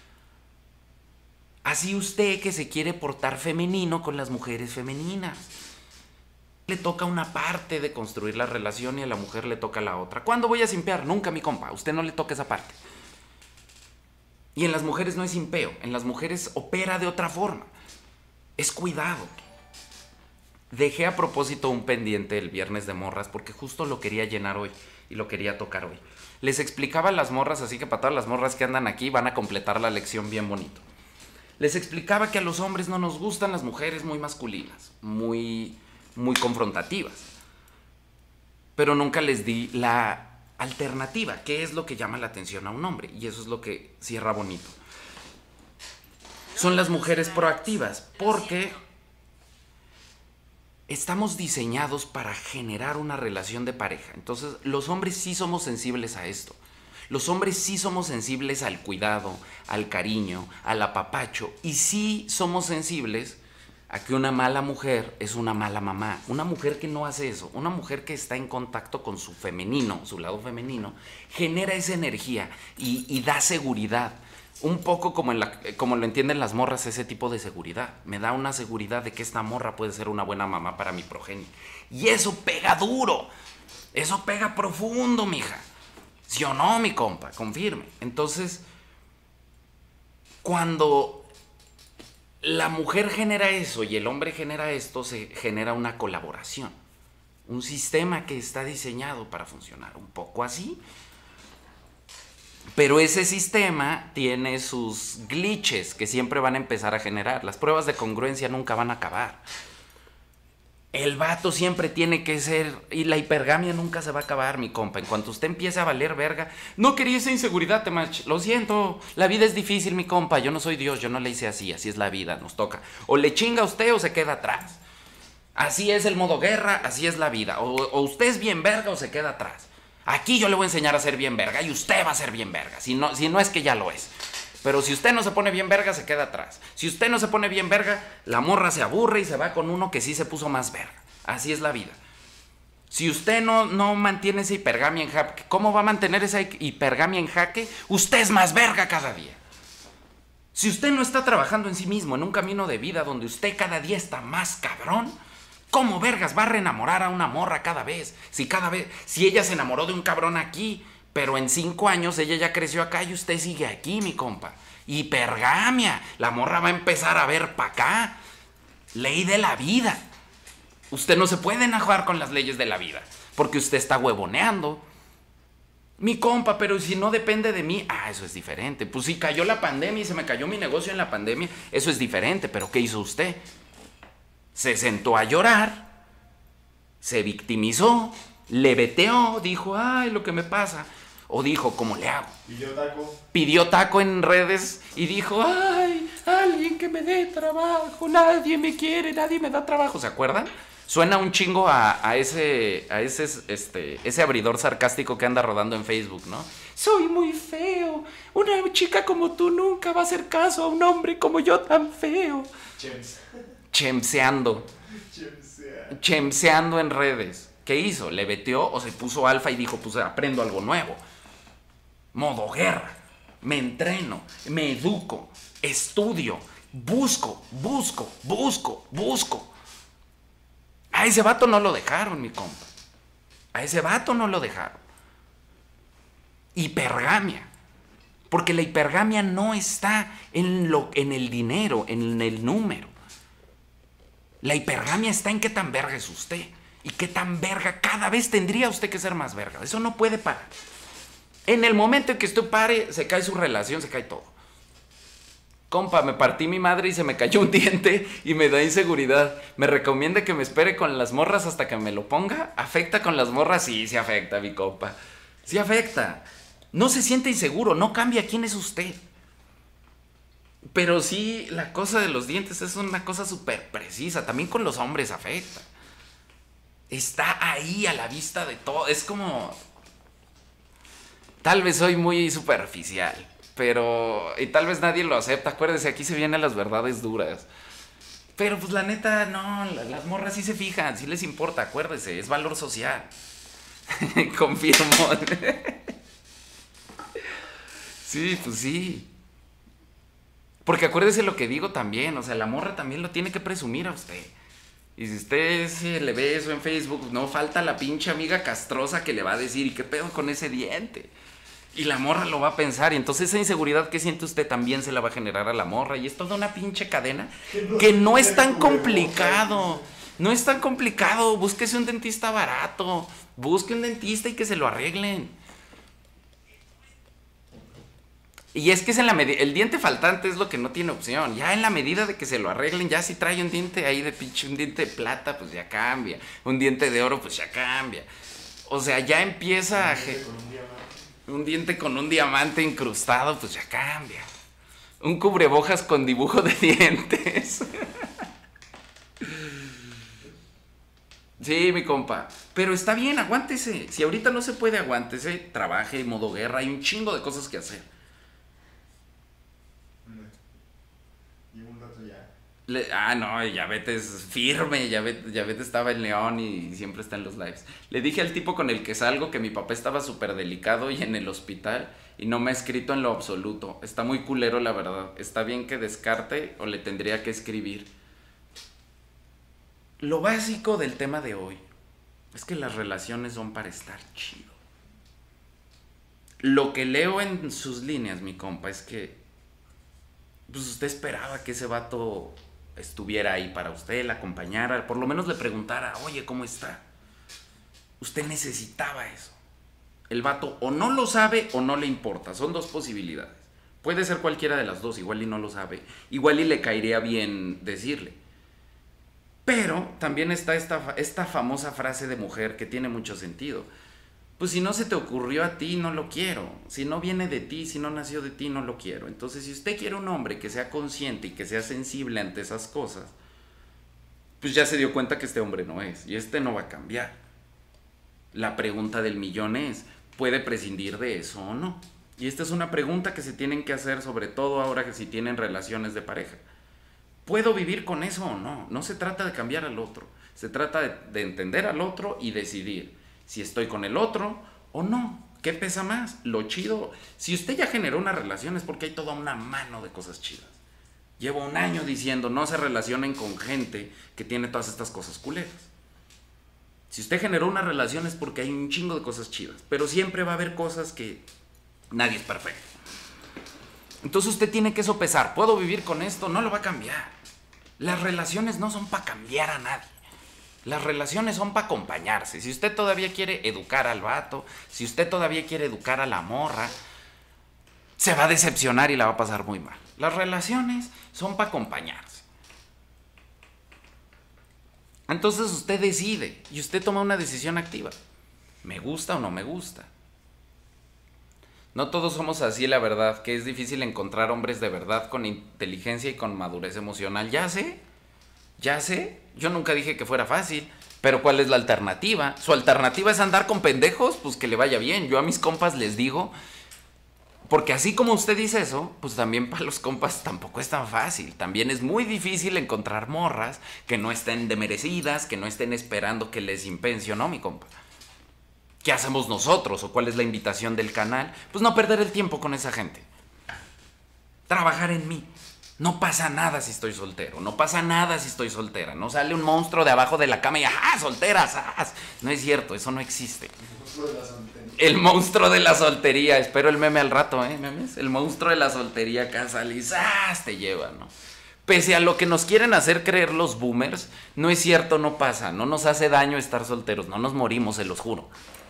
Así usted que se quiere portar femenino con las mujeres femeninas. Le toca una parte de construir la relación y a la mujer le toca la otra. ¿Cuándo voy a simpear? Nunca, mi compa. A usted no le toca esa parte. Y en las mujeres no es simpeo. En las mujeres opera de otra forma. Es cuidado. Dejé a propósito un pendiente el viernes de morras porque justo lo quería llenar hoy y lo quería tocar hoy. Les explicaba a las morras, así que para todas las morras que andan aquí van a completar la lección bien bonito. Les explicaba que a los hombres no nos gustan las mujeres muy masculinas, muy confrontativas. Pero nunca les di la alternativa, que es lo que llama la atención a un hombre, y eso es lo que cierra bonito. Son las mujeres proactivas, porque estamos diseñados para generar una relación de pareja. Entonces, los hombres sí somos sensibles a esto. Los hombres sí somos sensibles al cuidado, al cariño, al apapacho, y sí somos sensibles a que una mala mujer es una mala mamá. Una mujer que no hace eso, una mujer que está en contacto con su femenino, su lado femenino, genera esa energía y da seguridad. Un poco como lo entienden las morras, ese tipo de seguridad. Me da una seguridad de que esta morra puede ser una buena mamá para mi progenie. Y eso pega duro. Eso pega profundo, mija. ¿Sí o no, mi compa? Confirme. Entonces, cuando la mujer genera eso y el hombre genera esto, se genera una colaboración. Un sistema que está diseñado para funcionar. Un poco así. Pero ese sistema tiene sus glitches que siempre van a empezar a generar. Las pruebas de congruencia nunca van a acabar. El vato siempre tiene que ser... Y la hipergamia nunca se va a acabar, mi compa. En cuanto usted empiece a valer verga... No quería esa inseguridad, Temach. Lo siento. La vida es difícil, mi compa. Yo no soy Dios. Yo no le hice así. Así es la vida. Nos toca. O le chinga a usted o se queda atrás. Así es el modo guerra. Así es la vida. O usted es bien verga o se queda atrás. Aquí yo le voy a enseñar a ser bien verga. Y usted va a ser bien verga. Si no es que ya lo es. Pero si usted no se pone bien verga, se queda atrás. Si usted no se pone bien verga, la morra se aburre y se va con uno que sí se puso más verga. Así es la vida. Si usted no mantiene esa hipergamia en jaque, ¿cómo va a mantener esa hipergamia en jaque? Usted es más verga cada día. Si usted no está trabajando en sí mismo, en un camino de vida donde usted cada día está más cabrón, ¿cómo vergas va a reenamorar a una morra cada vez? Si ella se enamoró de un cabrón aquí, pero en 5 años ella ya creció acá y usted sigue aquí, mi compa. Hipergamia. La morra va a empezar a ver para acá. Ley de la vida. Usted no se puede enojar con las leyes de la vida, porque usted está huevoneando. Mi compa, pero si no depende de mí, eso es diferente. Pues si cayó la pandemia y se me cayó mi negocio en la pandemia, eso es diferente. Pero ¿qué hizo usted? Se sentó a llorar, se victimizó, le veteó, dijo, ay, lo que me pasa. O dijo, ¿cómo le hago? Pidió taco en redes y dijo, ay, alguien que me dé trabajo, nadie me quiere, nadie me da trabajo. ¿Se acuerdan? Suena un chingo a ese abridor sarcástico que anda rodando en Facebook, ¿no? Soy muy feo. Una chica como tú nunca va a hacer caso a un hombre como yo tan feo. Chemseando en redes. ¿Qué hizo? ¿Le veteó o se puso alfa y dijo, pues aprendo algo nuevo? Modo guerra. Me entreno, me educo, estudio, busco. A ese vato no lo dejaron, mi compa. A ese vato no lo dejaron. Hipergamia. Porque la hipergamia no está en el dinero, en el número. La hipergamia está en qué tan verga es usted. Y qué tan verga cada vez tendría usted que ser más verga. Eso no puede parar. En el momento en que usted pare, se cae su relación, se cae todo. Compa, me partí mi madre y se me cayó un diente y me da inseguridad. ¿Me recomienda que me espere con las morras hasta que me lo ponga? ¿Afecta con las morras? Sí, sí afecta, mi compa. Sí afecta. No se siente inseguro, no cambia quién es usted. Pero sí, la cosa de los dientes es una cosa súper precisa. También con los hombres afecta. Está ahí a la vista de todo. Es como... Tal vez soy muy superficial, pero... Y tal vez nadie lo acepta. Acuérdese, aquí se vienen las verdades duras. Pero pues la neta, no, las morras sí se fijan, sí les importa, acuérdese, es valor social. Confirmo. Sí, pues sí. Porque acuérdese lo que digo también, o sea, la morra también lo tiene que presumir a usted. Y si usted se le ve eso en Facebook, no falta la pinche amiga castrosa que le va a decir, ¿y qué pedo con ese diente? Y la morra lo va a pensar, y entonces esa inseguridad que siente usted también se la va a generar a la morra, y es toda una pinche cadena que no es tan complicado. No es tan complicado, búsquese un dentista barato, busque un dentista y que se lo arreglen. Y es que es en la medida, el diente faltante es lo que no tiene opción. Ya en la medida de que se lo arreglen, ya si trae un diente ahí de pinche, un diente de plata, pues ya cambia. Un diente de oro, pues ya cambia. O sea, ya empieza un diente con un diamante incrustado, pues ya cambia. Un cubrebocas con dibujo de dientes. Sí, mi compa. Pero está bien, aguántese. Si ahorita no se puede, aguántese. Trabaje en modo guerra. Hay un chingo de cosas que hacer. No, Yavete es firme, Yavete estaba en León y siempre está en los lives. Le dije al tipo con el que salgo que mi papá estaba súper delicado y en el hospital y no me ha escrito en lo absoluto. Está muy culero, la verdad. Está bien que descarte o le tendría que escribir. Lo básico del tema de hoy es que las relaciones son para estar chido. Lo que leo en sus líneas, mi compa, es que pues usted esperaba que ese vato estuviera ahí para usted, la acompañara, por lo menos le preguntara, oye, ¿cómo está? Usted necesitaba eso. El vato o no lo sabe o no le importa, son dos posibilidades. Puede ser cualquiera de las dos, igual y no lo sabe, igual y le caería bien decirle. Pero también está esta famosa frase de mujer que tiene mucho sentido. Pues si no se te ocurrió a ti, no lo quiero. Si no viene de ti, si no nació de ti, no lo quiero. Entonces, si usted quiere un hombre que sea consciente y que sea sensible ante esas cosas, pues ya se dio cuenta que este hombre no es. Y este no va a cambiar. La pregunta del millón es, ¿puede prescindir de eso o no? Y esta es una pregunta que se tienen que hacer, sobre todo ahora que si tienen relaciones de pareja. ¿Puedo vivir con eso o no? No se trata de cambiar al otro. Se trata de entender al otro y decidir si estoy con el otro o no. ¿Qué pesa más? Lo chido. Si usted ya generó una relación es porque hay toda una mano de cosas chidas. Llevo un año diciendo no se relacionen con gente que tiene todas estas cosas culeras. Si usted generó una relación es porque hay un chingo de cosas chidas. Pero siempre va a haber cosas que nadie es perfecto. Entonces usted tiene que sopesar. ¿Puedo vivir con esto? No lo va a cambiar. Las relaciones no son para cambiar a nadie. Las relaciones son para acompañarse. Si usted todavía quiere educar al vato, si usted todavía quiere educar a la morra, se va a decepcionar y la va a pasar muy mal. Las relaciones son para acompañarse. Entonces usted decide y usted toma una decisión activa. ¿Me gusta o no me gusta? No todos somos así, la verdad, que es difícil encontrar hombres de verdad con inteligencia y con madurez emocional. Ya sé. Yo nunca dije que fuera fácil, pero ¿cuál es la alternativa? ¿Su alternativa es andar con pendejos? Pues que le vaya bien. Yo a mis compas les digo, porque así como usted dice eso, pues también para los compas tampoco es tan fácil. También es muy difícil encontrar morras que no estén demerecidas, que no estén esperando que les impense, ¿no, mi compa? ¿Qué hacemos nosotros? ¿O cuál es la invitación del canal? Pues no perder el tiempo con esa gente. Trabajar en mí. No pasa nada si estoy soltero, no pasa nada si estoy soltera, no sale un monstruo de abajo de la cama y ¡ajá, solteras! ¡Ah! No es cierto, eso no existe. El monstruo de la soltería, espero el meme al rato, memes. El monstruo de la soltería acá sale y ¡zas! Te lleva, ¿no? Pese a lo que nos quieren hacer creer los boomers, no es cierto, no pasa, no nos hace daño estar solteros, no nos morimos, se los juro.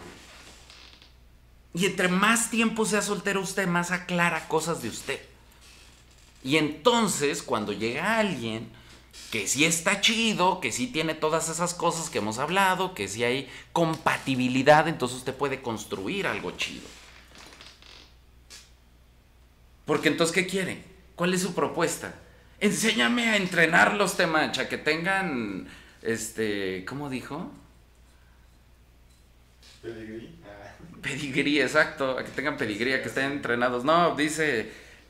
Y entre más tiempo sea soltero usted, más aclara cosas de usted. Y entonces, cuando llega alguien que sí está chido, que sí tiene todas esas cosas que hemos hablado, que sí hay compatibilidad, entonces usted puede construir algo chido. Porque entonces, ¿qué quiere? ¿Cuál es su propuesta? Enséñame a entrenarlos, Temacha, que tengan, ¿cómo dijo? Pedigrí. Pedigrí, exacto, a que tengan pedigrí, a que estén entrenados. No, dice,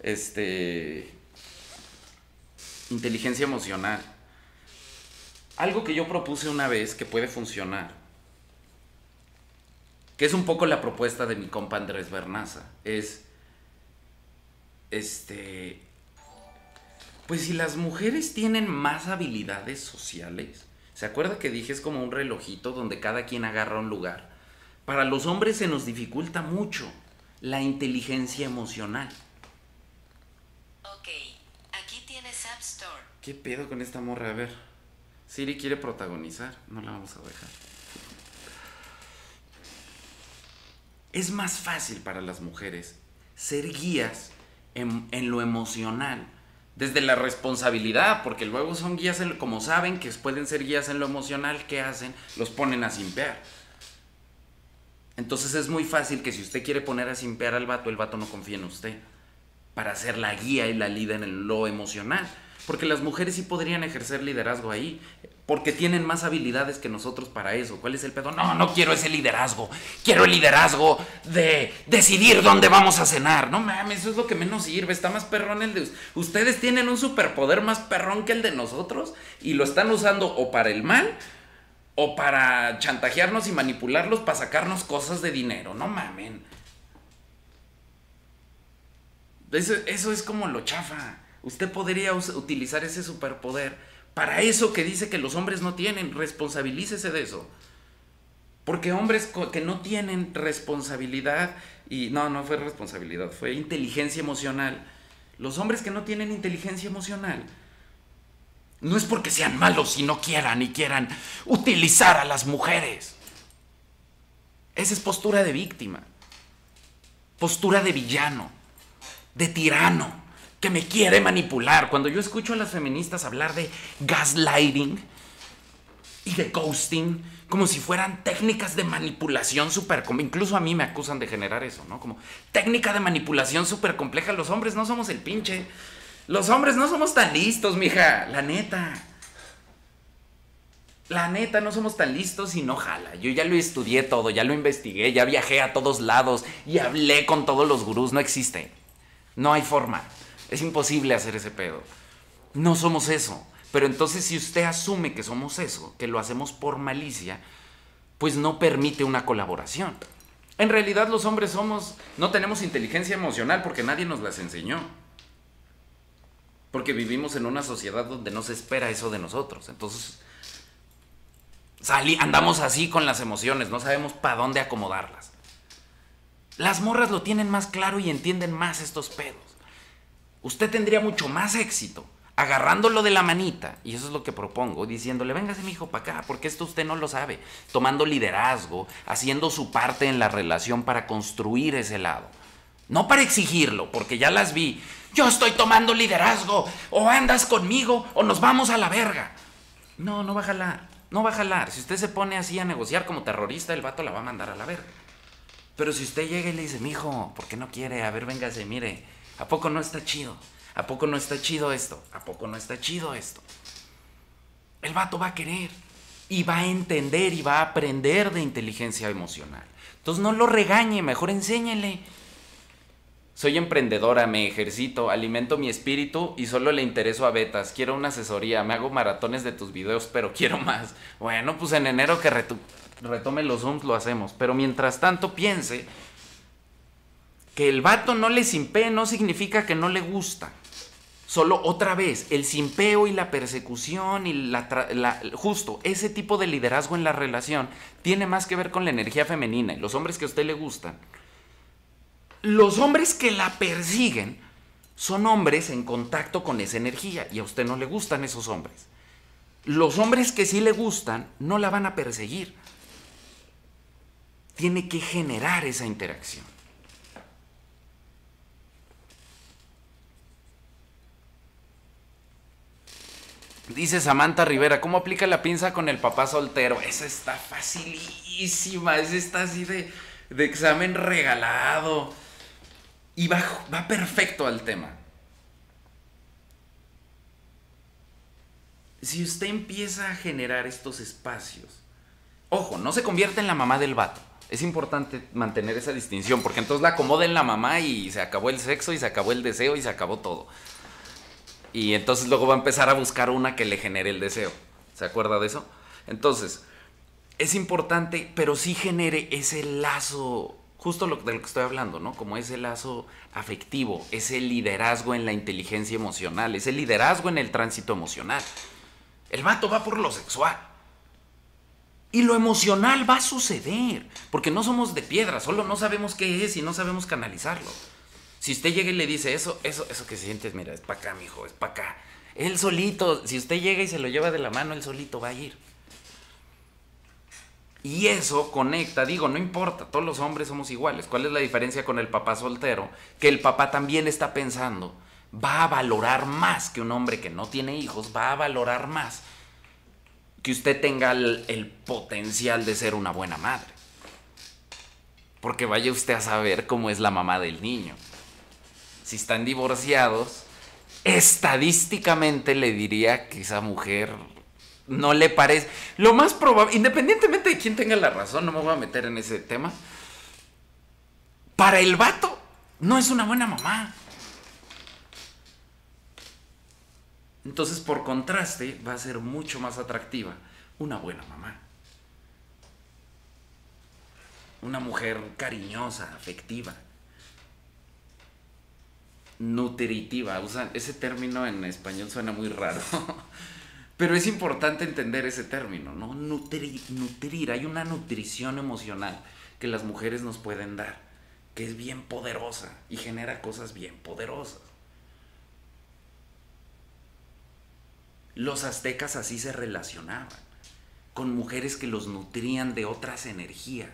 inteligencia emocional. Algo que yo propuse una vez que puede funcionar, que es un poco la propuesta de mi compa Andrés Bernaza, es, pues si las mujeres tienen más habilidades sociales, ¿se acuerda que dije es como un relojito donde cada quien agarra un lugar? Para los hombres se nos dificulta mucho la inteligencia emocional. Ok, aquí tienes App Store. ¿Qué pedo con esta morra? A ver, Siri quiere protagonizar, no la vamos a dejar. Es más fácil para las mujeres ser guías en lo emocional, desde la responsabilidad, porque luego son guías, como saben que pueden ser guías en lo emocional, ¿qué hacen? Los ponen a simpear. Entonces es muy fácil que si usted quiere poner a simpear al vato, el vato no confía en usted para ser la guía y la líder en lo emocional, porque las mujeres sí podrían ejercer liderazgo ahí, porque tienen más habilidades que nosotros para eso. ¿Cuál es el pedo? No quiero ese liderazgo, quiero el liderazgo de decidir dónde vamos a cenar. No mames, eso es lo que menos sirve, está más perrón el de ustedes. Tienen un superpoder más perrón que el de nosotros y lo están usando o para el mal o para chantajearnos y manipularlos para sacarnos cosas de dinero. No mamen. Eso es como lo chafa. Usted podría utilizar ese superpoder para eso que dice que los hombres no tienen. Responsabilícese de eso. Porque hombres que no tienen responsabilidad, y no fue responsabilidad, fue inteligencia emocional. Los hombres que no tienen inteligencia emocional, no es porque sean malos y no quieran utilizar a las mujeres. Esa es postura de víctima, postura de villano, de tirano, que me quiere manipular. Cuando yo escucho a las feministas hablar de gaslighting y de ghosting, como si fueran técnicas de manipulación súper compleja. Incluso a mí me acusan de generar eso, ¿no? Como técnica de manipulación súper compleja. Los hombres no somos el pinche. Los hombres no somos tan listos, mija. La neta. La neta, no somos tan listos y no jala. Yo ya lo estudié todo, ya lo investigué, ya viajé a todos lados y hablé con todos los gurús. No existe. No hay forma. Es imposible hacer ese pedo. No somos eso. Pero entonces si usted asume que somos eso, que lo hacemos por malicia, pues no permite una colaboración. En realidad los hombres no tenemos inteligencia emocional porque nadie nos las enseñó. Porque vivimos en una sociedad donde no se espera eso de nosotros. Entonces andamos así con las emociones, no sabemos para dónde acomodarlas. Las morras lo tienen más claro y entienden más estos pedos. Usted tendría mucho más éxito agarrándolo de la manita, y eso es lo que propongo, diciéndole, véngase mijo para acá, porque esto usted no lo sabe, tomando liderazgo, haciendo su parte en la relación para construir ese lado, no para exigirlo, porque ya las vi, yo estoy tomando liderazgo, o andas conmigo, o nos vamos a la verga. No va a jalar, si usted se pone así a negociar como terrorista, el vato la va a mandar a la verga. Pero si usted llega y le dice, mijo, ¿por qué no quiere? A ver, véngase, mire, ¿a poco no está chido? ¿A poco no está chido esto? ¿A poco no está chido esto? El vato va a querer y va a entender y va a aprender de inteligencia emocional. Entonces no lo regañe, mejor enséñele. Soy emprendedora, me ejercito, alimento mi espíritu y solo le intereso a betas. Quiero una asesoría, me hago maratones de tus videos, pero quiero más. Bueno, pues en enero que retome los Zooms lo hacemos. Pero mientras tanto piense que el vato no le simpee no significa que no le gusta. Solo otra vez, el simpeo y la persecución y justo ese tipo de liderazgo en la relación tiene más que ver con la energía femenina. Y los hombres que a usted le gustan, los hombres que la persiguen son hombres en contacto con esa energía y a usted no le gustan esos hombres. Los hombres que sí le gustan no la van a perseguir. Tiene que generar esa interacción. Dice Samantha Rivera, ¿cómo aplica la pinza con el papá soltero? Esa está facilísima, esa está así de examen regalado. Y va perfecto al tema. Si usted empieza a generar estos espacios, ojo, no se convierte en la mamá del vato. Es importante mantener esa distinción, porque entonces la acomoda en la mamá y se acabó el sexo y se acabó el deseo y se acabó todo. Y entonces luego va a empezar a buscar una que le genere el deseo. ¿Se acuerda de eso? Entonces, es importante, pero sí genere ese lazo, justo de lo que estoy hablando, ¿no? Como ese lazo afectivo, ese liderazgo en la inteligencia emocional, ese liderazgo en el tránsito emocional. El vato va por lo sexual. Y lo emocional va a suceder, porque no somos de piedra, solo no sabemos qué es y no sabemos canalizarlo. Si usted llega y le dice eso que sientes, mira, es para acá, mijo, es para acá. Él solito, si usted llega y se lo lleva de la mano, él solito va a ir. Y eso conecta, digo, no importa, todos los hombres somos iguales. ¿Cuál es la diferencia con el papá soltero? Que el papá también está pensando, va a valorar más que un hombre que no tiene hijos, va a valorar más que usted tenga el potencial de ser una buena madre. Porque vaya usted a saber cómo es la mamá del niño. Si están divorciados, estadísticamente le diría que esa mujer no le parece. Lo más probable, independientemente de quién tenga la razón, no me voy a meter en ese tema. Para el vato, no es una buena mamá. Entonces, por contraste, va a ser mucho más atractiva una buena mamá. Una mujer cariñosa, afectiva, nutritiva. Usan ese término en español, suena muy raro. Pero es importante entender ese término, ¿no? Nutrir. Hay una nutrición emocional que las mujeres nos pueden dar, que es bien poderosa y genera cosas bien poderosas. Los aztecas así se relacionaban, con mujeres que los nutrían de otras energías.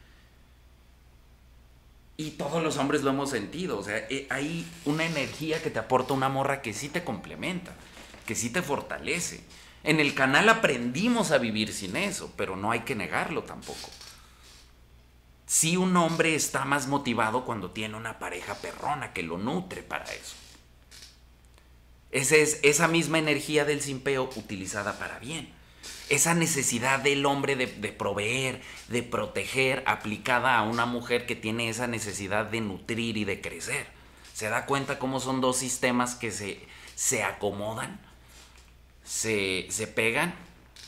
Y todos los hombres lo hemos sentido, o sea, hay una energía que te aporta una morra que sí te complementa, que sí te fortalece. En el canal aprendimos a vivir sin eso, pero no hay que negarlo tampoco. Sí, un hombre está más motivado cuando tiene una pareja perrona que lo nutre para eso. Esa es esa misma energía del simpeo utilizada para bien. Esa necesidad del hombre de proveer, de proteger, aplicada a una mujer que tiene esa necesidad de nutrir y de crecer. ¿Se da cuenta cómo son dos sistemas que se acomodan? Se pegan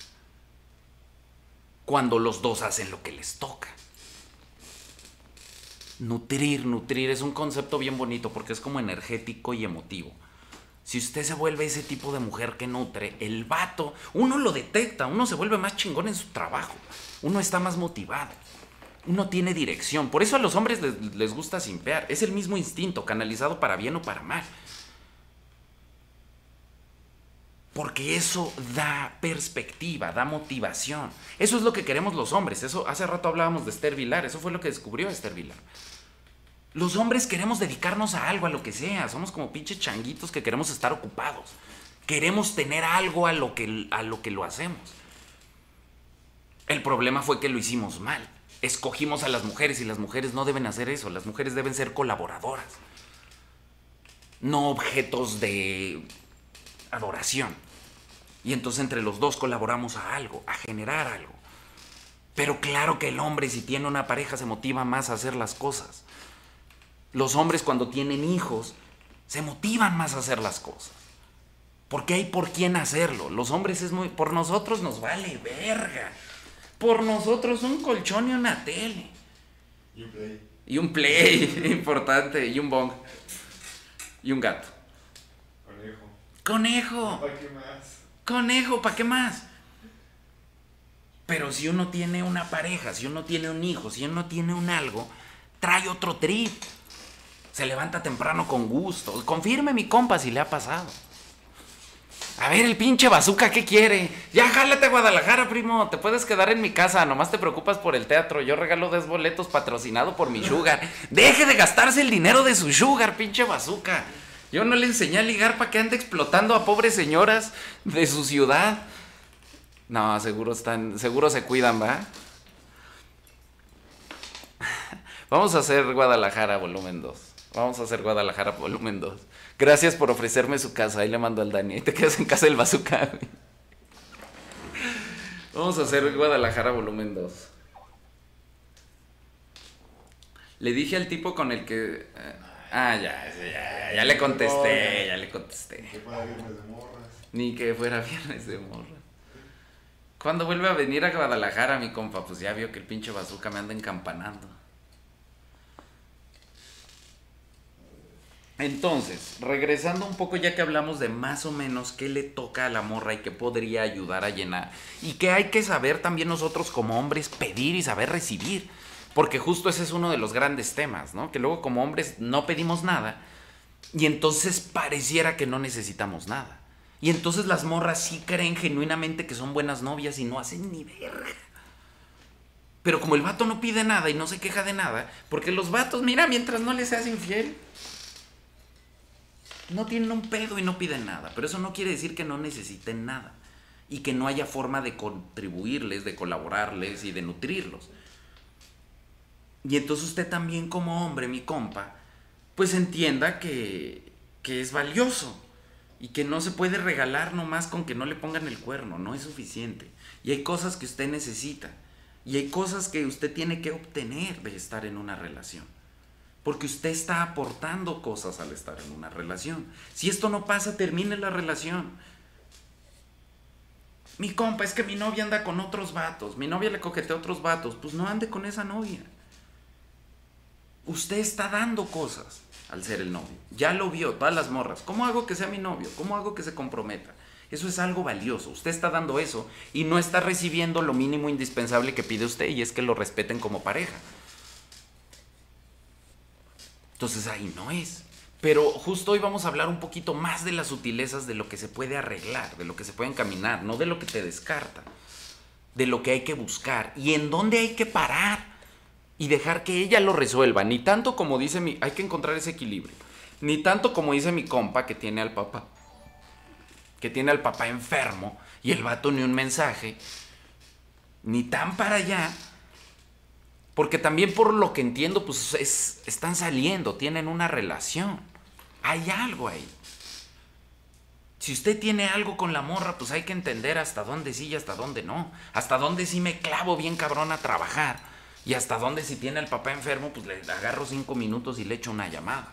cuando los dos hacen lo que les toca. Nutrir es un concepto bien bonito porque es como energético y emotivo. Si usted se vuelve ese tipo de mujer que nutre, el vato, uno lo detecta, uno se vuelve más chingón en su trabajo, uno está más motivado, uno tiene dirección. Por eso a los hombres les gusta simpear, es el mismo instinto, canalizado para bien o para mal. Porque eso da perspectiva, da motivación. Eso es lo que queremos los hombres. Eso, hace rato hablábamos de Esther Vilar, eso fue lo que descubrió Esther Vilar. Los hombres queremos dedicarnos a algo, a lo que sea. Somos como pinches changuitos que queremos estar ocupados. Queremos tener algo a lo que lo hacemos. El problema fue que lo hicimos mal. Escogimos a las mujeres y las mujeres no deben hacer eso. Las mujeres deben ser colaboradoras. No objetos de adoración. Y entonces entre los dos colaboramos a algo, a generar algo. Pero claro que el hombre, si tiene una pareja, se motiva más a hacer las cosas. Los hombres cuando tienen hijos se motivan más a hacer las cosas. Porque hay por quién hacerlo. Los hombres por nosotros nos vale verga. Por nosotros un colchón y una tele. Y un play. Y un play, importante. Y un bong. Y un gato. Conejo. ¿Para qué más? Conejo, ¿para qué más? Pero si uno tiene una pareja, si uno tiene un hijo, si uno tiene un algo, trae otro trip. Se levanta temprano con gusto. Confirme mi compa si le ha pasado. A ver, el pinche bazooka, ¿qué quiere? Ya jálate a Guadalajara, primo. Te puedes quedar en mi casa. Nomás te preocupas por el teatro. Yo regalo 10 boletos patrocinado por mi sugar. Deje de gastarse el dinero de su sugar, pinche bazooka. Yo no le enseñé a ligar para que ande explotando a pobres señoras de su ciudad. No, seguro se cuidan, ¿va? Vamos a hacer Guadalajara volumen 2. Vamos a hacer Guadalajara volumen 2. Gracias por ofrecerme su casa. Ahí le mando al Dani. Ahí te quedas en casa del bazooka, güey. Vamos a hacer Guadalajara volumen 2. Le dije al tipo con el que... ya le contesté, Que fuera viernes de morras. Ni que fuera viernes de morra. ¿Cuándo vuelve a venir a Guadalajara, mi compa? Pues ya vio que el pinche bazooka me anda encampanando. Entonces, regresando un poco ya que hablamos de más o menos qué le toca a la morra y qué podría ayudar a llenar. Y que hay que saber también nosotros como hombres pedir y saber recibir. Porque justo ese es uno de los grandes temas, ¿no? Que luego como hombres no pedimos nada y entonces pareciera que no necesitamos nada. Y entonces las morras sí creen genuinamente que son buenas novias y no hacen ni verga. Pero como el vato no pide nada y no se queja de nada, porque los vatos, mira, mientras no les seas infiel, no tienen un pedo y no piden nada. Pero eso no quiere decir que no necesiten nada y que no haya forma de contribuirles, de colaborarles y de nutrirlos. Y entonces usted también como hombre, mi compa, pues entienda que es valioso y que no se puede regalar nomás con que no le pongan el cuerno, no es suficiente. Y hay cosas que usted necesita y hay cosas que usted tiene que obtener de estar en una relación. Porque usted está aportando cosas al estar en una relación. Si esto no pasa, termine la relación. Mi compa, es que mi novia anda con otros vatos, mi novia le coquetea a otros vatos, pues no ande con esa novia. Usted está dando cosas al ser el novio. Ya lo vio, todas las morras. ¿Cómo hago que sea mi novio? ¿Cómo hago que se comprometa? Eso es algo valioso. Usted está dando eso y no está recibiendo lo mínimo indispensable que pide usted, y es que lo respeten como pareja. Entonces ahí no es. Pero justo hoy vamos a hablar un poquito más de las sutilezas de lo que se puede arreglar, de lo que se puede encaminar, no de lo que te descarta, de lo que hay que buscar y en dónde hay que parar. Y dejar que ella lo resuelva. Ni tanto como dice hay que encontrar ese equilibrio. Ni tanto como dice mi compa que tiene al papá. Que tiene al papá enfermo. Y el vato ni un mensaje. Ni tan para allá. Porque también por lo que entiendo, pues están saliendo. Tienen una relación. Hay algo ahí. Si usted tiene algo con la morra, pues hay que entender hasta dónde sí y hasta dónde no. Hasta dónde sí me clavo bien cabrón a trabajar. Y hasta dónde si tiene al papá enfermo, pues le agarro 5 minutos y le echo una llamada.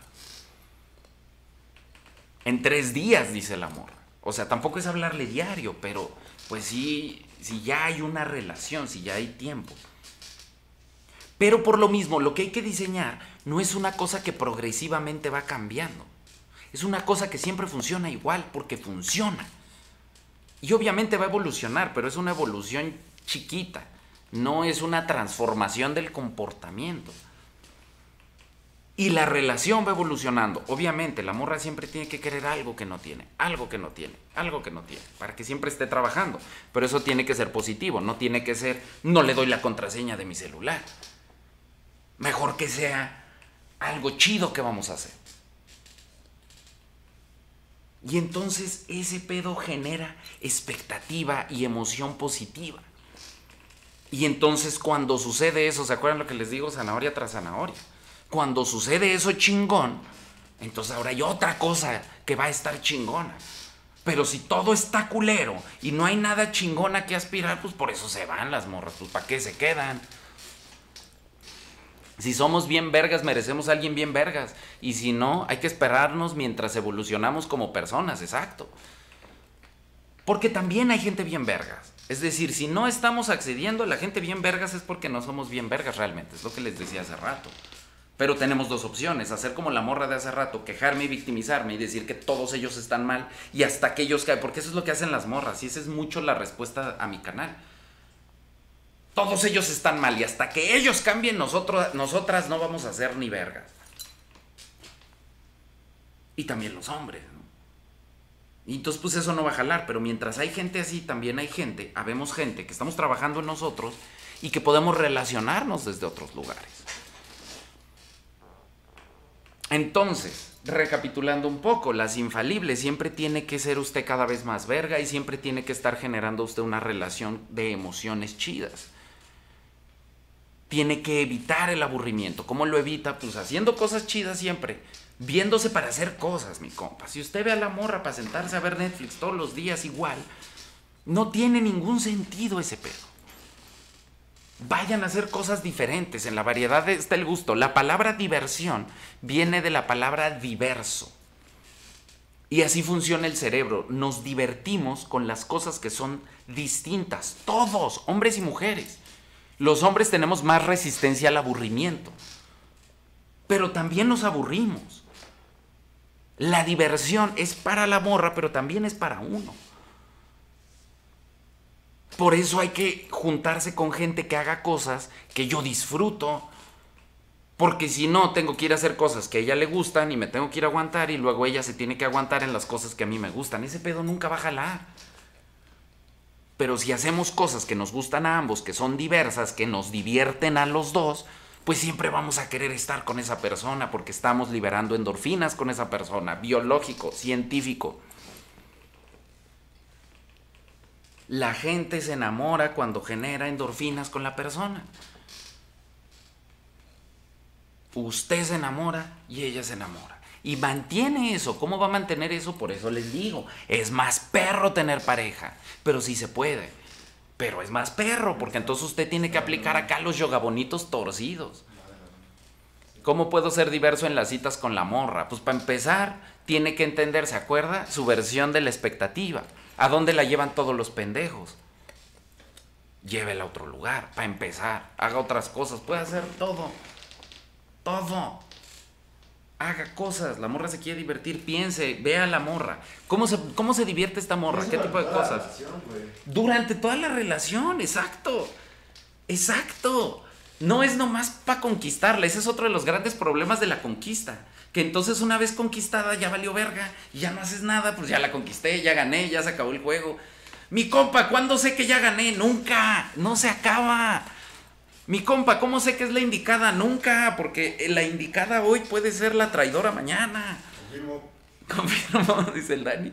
En 3 días, dice el amor. O sea, tampoco es hablarle diario, pero pues sí, si ya hay una relación, si ya hay tiempo. Pero por lo mismo, lo que hay que diseñar no es una cosa que progresivamente va cambiando. Es una cosa que siempre funciona igual porque funciona. Y obviamente va a evolucionar, pero es una evolución chiquita. No es una transformación del comportamiento. Y la relación va evolucionando. Obviamente, la morra siempre tiene que querer algo que no tiene, algo que no tiene, algo que no tiene, para que siempre esté trabajando. Pero eso tiene que ser positivo, no tiene que ser, no le doy la contraseña de mi celular. Mejor que sea algo chido que vamos a hacer. Y entonces ese pedo genera expectativa y emoción positiva. Y entonces cuando sucede eso, ¿se acuerdan lo que les digo? Zanahoria tras zanahoria. Cuando sucede eso chingón, entonces ahora hay otra cosa que va a estar chingona. Pero si todo está culero y no hay nada chingona que aspirar, pues por eso se van las morras. Pues ¿para qué se quedan? Si somos bien vergas, merecemos a alguien bien vergas. Y si no, hay que esperarnos mientras evolucionamos como personas, exacto. Porque también hay gente bien vergas. Es decir, si no estamos accediendo a la gente bien vergas es porque no somos bien vergas realmente. Es lo que les decía hace rato. Pero tenemos 2 opciones. Hacer como la morra de hace rato, quejarme y victimizarme y decir que todos ellos están mal y hasta que ellos caen. Porque eso es lo que hacen las morras y esa es mucho la respuesta a mi canal. Todos ellos están mal y hasta que ellos cambien nosotras no vamos a ser ni vergas. Y también los hombres, ¿no? Y entonces pues eso no va a jalar, pero mientras hay gente así, también hay gente, habemos gente que estamos trabajando en nosotros y que podemos relacionarnos desde otros lugares. Entonces, recapitulando un poco, las infalibles, siempre tiene que ser usted cada vez más verga y siempre tiene que estar generando usted una relación de emociones chidas. tiene que evitar el aburrimiento. ¿Cómo lo evita? Pues haciendo cosas chidas siempre. Viéndose para hacer cosas, mi compa. Si usted ve a la morra para sentarse a ver Netflix todos los días igual, no tiene ningún sentido ese pedo. Vayan a hacer cosas diferentes. En la variedad está el gusto. La palabra diversión viene de la palabra diverso. Y así funciona el cerebro. Nos divertimos con las cosas que son distintas. Todos, hombres y mujeres. Los hombres tenemos más resistencia al aburrimiento. Pero también nos aburrimos. La diversión es para la morra, pero también es para uno. Por eso hay que juntarse con gente que haga cosas que yo disfruto. Porque si no, tengo que ir a hacer cosas que a ella le gustan y me tengo que ir a aguantar y luego ella se tiene que aguantar en las cosas que a mí me gustan. Ese pedo nunca va a jalar. Pero si hacemos cosas que nos gustan a ambos, que son diversas, que nos divierten a los dos, pues siempre vamos a querer estar con esa persona porque estamos liberando endorfinas con esa persona, biológico, científico. La gente se enamora cuando genera endorfinas con la persona. Usted se enamora y ella se enamora. Y mantiene eso. ¿Cómo va a mantener eso? Por eso les digo, es más perro tener pareja, pero sí se puede. Pero es más perro, porque entonces usted tiene que aplicar acá los yogabonitos torcidos. ¿Cómo puedo ser diverso en las citas con la morra? Pues para empezar, tiene que entender, ¿se acuerda? Su versión de la expectativa. ¿A dónde la llevan todos los pendejos? Llévela a otro lugar, para empezar. Haga otras cosas, puede hacer todo. Todo. Haga cosas, la morra se quiere divertir, piense, vea a la morra. ¿Cómo se divierte esta morra? ¿Qué tipo de cosas? Durante toda la relación, exacto. Exacto. No es nomás para conquistarla, ese es otro de los grandes problemas de la conquista. Que entonces una vez conquistada ya valió verga y ya no haces nada, pues ya la conquisté, ya gané, ya se acabó el juego. Mi compa, ¿cuándo sé que ya gané? Nunca, no se acaba. Mi compa, ¿cómo sé que es la indicada? Nunca, porque la indicada hoy puede ser la traidora mañana. Confirmo, dice el Dani.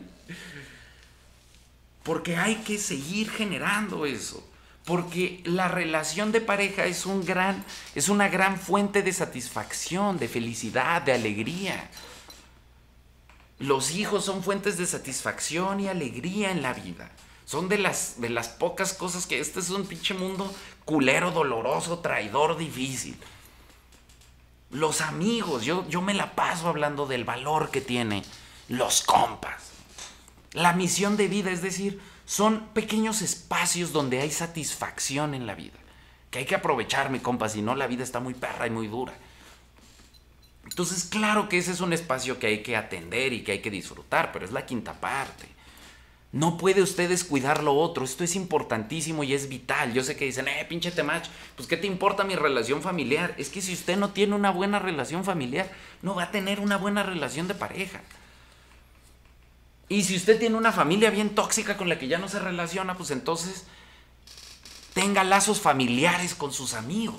Porque hay que seguir generando eso. Porque la relación de pareja es una gran fuente de satisfacción, de felicidad, de alegría. Los hijos son fuentes de satisfacción y alegría en la vida. Son de las pocas cosas que este es un pinche mundo culero, doloroso, traidor, difícil. Los amigos, yo me la paso hablando del valor que tiene los compas. La misión de vida, es decir, son pequeños espacios donde hay satisfacción en la vida. Que hay que aprovechar, mi compa, si no la vida está muy perra y muy dura. Entonces, claro que ese es un espacio que hay que atender y que hay que disfrutar, pero es la quinta parte. No puede usted descuidar lo otro. Esto es importantísimo y es vital. Yo sé que dicen, pinche temach, pues ¿qué te importa mi relación familiar? Es que si usted no tiene una buena relación familiar, no va a tener una buena relación de pareja. Y si usted tiene una familia bien tóxica con la que ya no se relaciona, pues entonces tenga lazos familiares con sus amigos.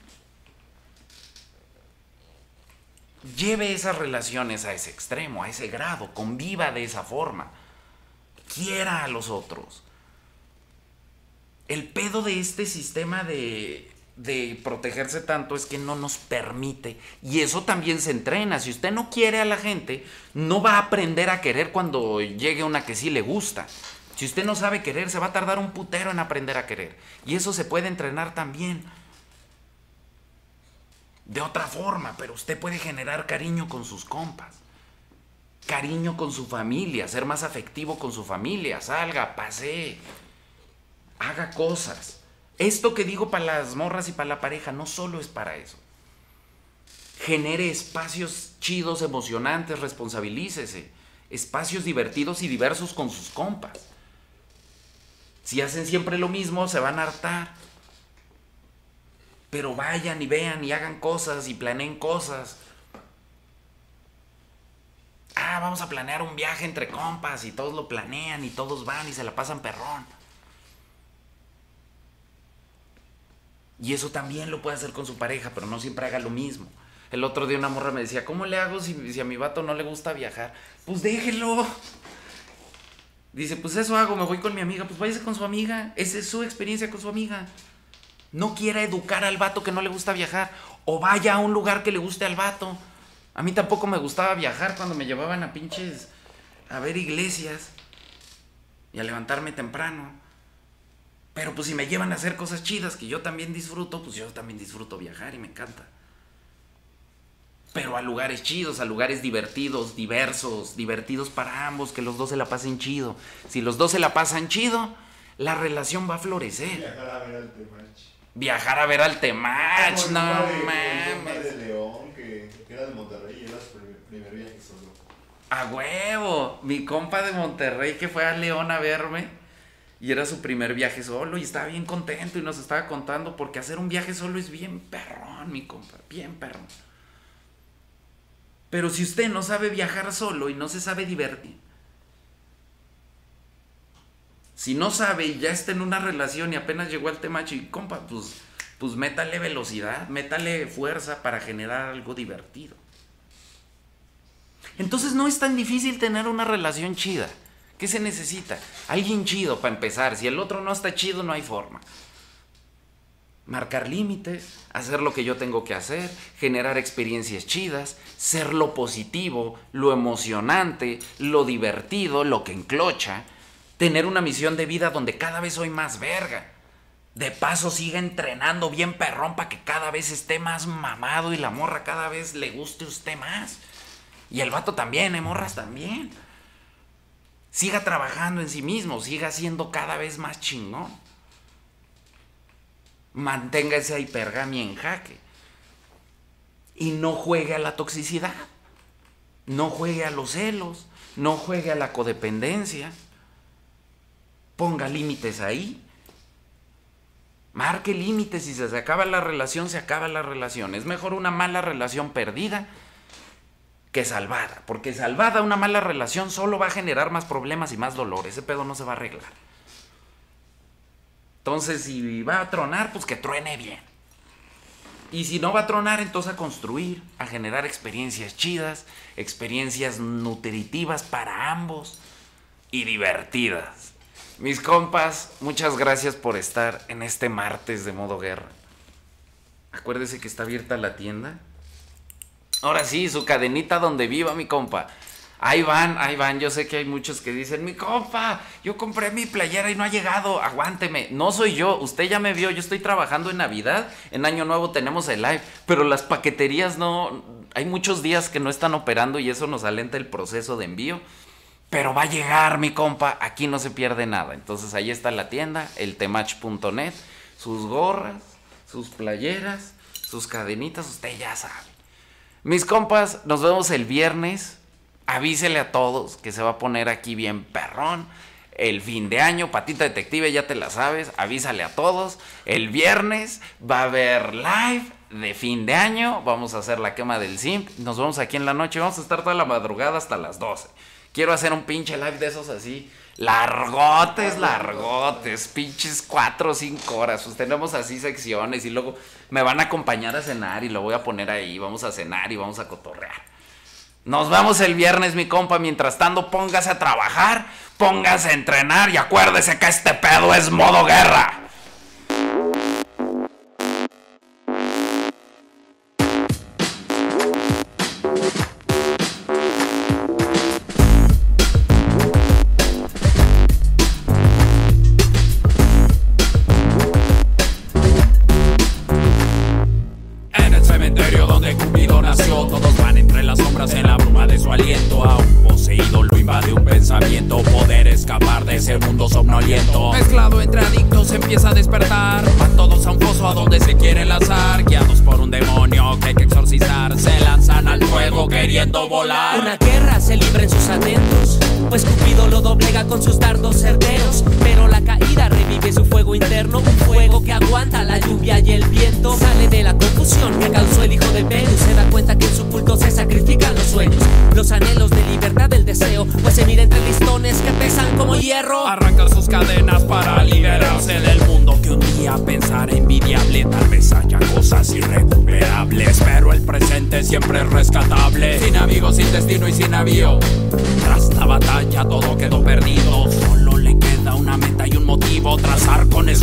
Lleve esas relaciones a ese extremo, a ese grado, conviva de esa forma. Quiera a los otros. El pedo de este sistema de protegerse tanto es que no nos permite, y eso también se entrena. Si usted no quiere a la gente, no va a aprender a querer cuando llegue una que sí le gusta. Si usted no sabe querer, se va a tardar un putero en aprender a querer, y eso se puede entrenar también de otra forma. Pero usted puede generar cariño con sus compas, cariño con su familia, ser más afectivo con su familia. Salga, pasee, haga cosas. Esto que digo para las morras y para la pareja no solo es para eso. Genere espacios chidos, emocionantes, responsabilícese. Espacios divertidos y diversos con sus compas. Si hacen siempre lo mismo, se van a hartar. Pero vayan y vean y hagan cosas y planeen cosas. Vamos a planear un viaje entre compas, y todos lo planean y todos van y se la pasan perrón. Y eso también lo puede hacer con su pareja, pero no siempre haga lo mismo. El otro día una morra me decía, ¿cómo le hago si a mi vato no le gusta viajar? Pues déjelo. Dice, pues eso hago, me voy con mi amiga. Pues váyase con su amiga. Esa es su experiencia con su amiga. No quiera educar al vato que no le gusta viajar. O vaya a un lugar que le guste al vato. A mí tampoco me gustaba viajar cuando me llevaban a pinches... a ver iglesias. Y a levantarme temprano. Pero pues si me llevan a hacer cosas chidas que yo también disfruto, pues yo también disfruto viajar y me encanta. Pero a lugares chidos, a lugares divertidos, divertidos para ambos, que los dos se la pasen chido. Si los dos se la pasan chido, la relación va a florecer. Viajar a ver al Temach. Viajar a ver al Temach, no mames. mames. de León, que era de Monterrey y era su primer viaje solo. A huevo, mi compa de Monterrey que fue a León a verme y era su primer viaje solo y estaba bien contento y nos estaba contando porque hacer un viaje solo es bien perrón, mi compa, bien perrón. Pero si usted no sabe viajar solo y no se sabe divertir, si no sabe y ya está en una relación y apenas llegó al Temach y compa, pues métale velocidad, métale fuerza para generar algo divertido. Entonces no es tan difícil tener una relación chida. ¿Qué se necesita? Alguien chido para empezar. Si el otro no está chido, no hay forma. Marcar límites, hacer lo que yo tengo que hacer, generar experiencias chidas, ser lo positivo, lo emocionante, lo divertido, lo que enclocha, tener una misión de vida donde cada vez soy más verga. De paso siga entrenando bien perrón para que cada vez esté más mamado y la morra cada vez le guste a usted más. Y el vato también, morras también. Siga trabajando en sí mismo, siga siendo cada vez más chingón. Mantenga esa hipergamia en jaque. Y no juegue a la toxicidad. No juegue a los celos. No juegue a la codependencia. Ponga límites ahí. Marque límites. Si se acaba la relación, se acaba la relación. Es mejor una mala relación perdida que salvada. Porque salvada, una mala relación solo va a generar más problemas y más dolor. Ese pedo no se va a arreglar. Entonces, si va a tronar, pues que truene bien. Y si no va a tronar, entonces a construir, a generar experiencias chidas, experiencias nutritivas para ambos y divertidas. Mis compas, muchas gracias por estar en este martes de modo guerra. Acuérdese que está abierta la tienda. Ahora sí, su cadenita donde viva, mi compa. Ahí van, yo sé que hay muchos que dicen, mi compa, yo compré mi playera y no ha llegado, aguánteme. No soy yo, usted ya me vio, yo estoy trabajando en Navidad, en Año Nuevo tenemos el live, pero las paqueterías no, hay muchos días que no están operando y eso nos alenta el proceso de envío. Pero va a llegar, mi compa, aquí no se pierde nada. Entonces ahí está la tienda, eltemach.net, sus gorras, sus playeras, sus cadenitas, usted ya sabe. Mis compas, nos vemos el viernes. Avísele a todos que se va a poner aquí bien perrón. El fin de año, Patita Detective, ya te la sabes. Avísale a todos. El viernes va a haber live de fin de año. Vamos a hacer la quema del simp. Nos vemos aquí en la noche. Vamos a estar toda la madrugada hasta las 12. Quiero hacer un pinche live de esos así. Largotes, pinches 4 o 5 horas. Pues tenemos así secciones y luego me van a acompañar a cenar y lo voy a poner ahí. Vamos a cenar y vamos a cotorrear. Nos vemos el viernes, mi compa. Mientras tanto, póngase a trabajar, póngase a entrenar y acuérdese que este pedo es modo guerra. En el cementerio donde Cupido nació, todos van entre las sombras en la bruma de su aliento. A un poseído lo invade un pensamiento, poder escapar de ese mundo somnoliento. Mezclado entre adictos empieza a despertar, van todos a un foso a donde se quieren lanzar. Guiados por un demonio que hay que exorcizar, se lanzan al fuego queriendo volar. Una guerra se libra en sus atentos, pues Cupido lo doblega con sus dardos certeros. Pero la caída revive su fuego interno, un fuego que aguanta la lluvia y el viento. Sale de la confusión que causó el hijo de Venus, se da cuenta que en su culto se sacrifican los sueños, los anhelos de libertad del deseo, pues se mira entre listones que pesan como hierro. Arrancar sus cadenas para liberarse del mundo que un día pensar envidiable. Tal vez haya cosas irrecuperables, pero el presente siempre es rescatable. Sin amigos, sin destino y sin navío, tras la batalla todo quedó perdido. Solo le queda una meta y un motivo, trazar con esfuerzo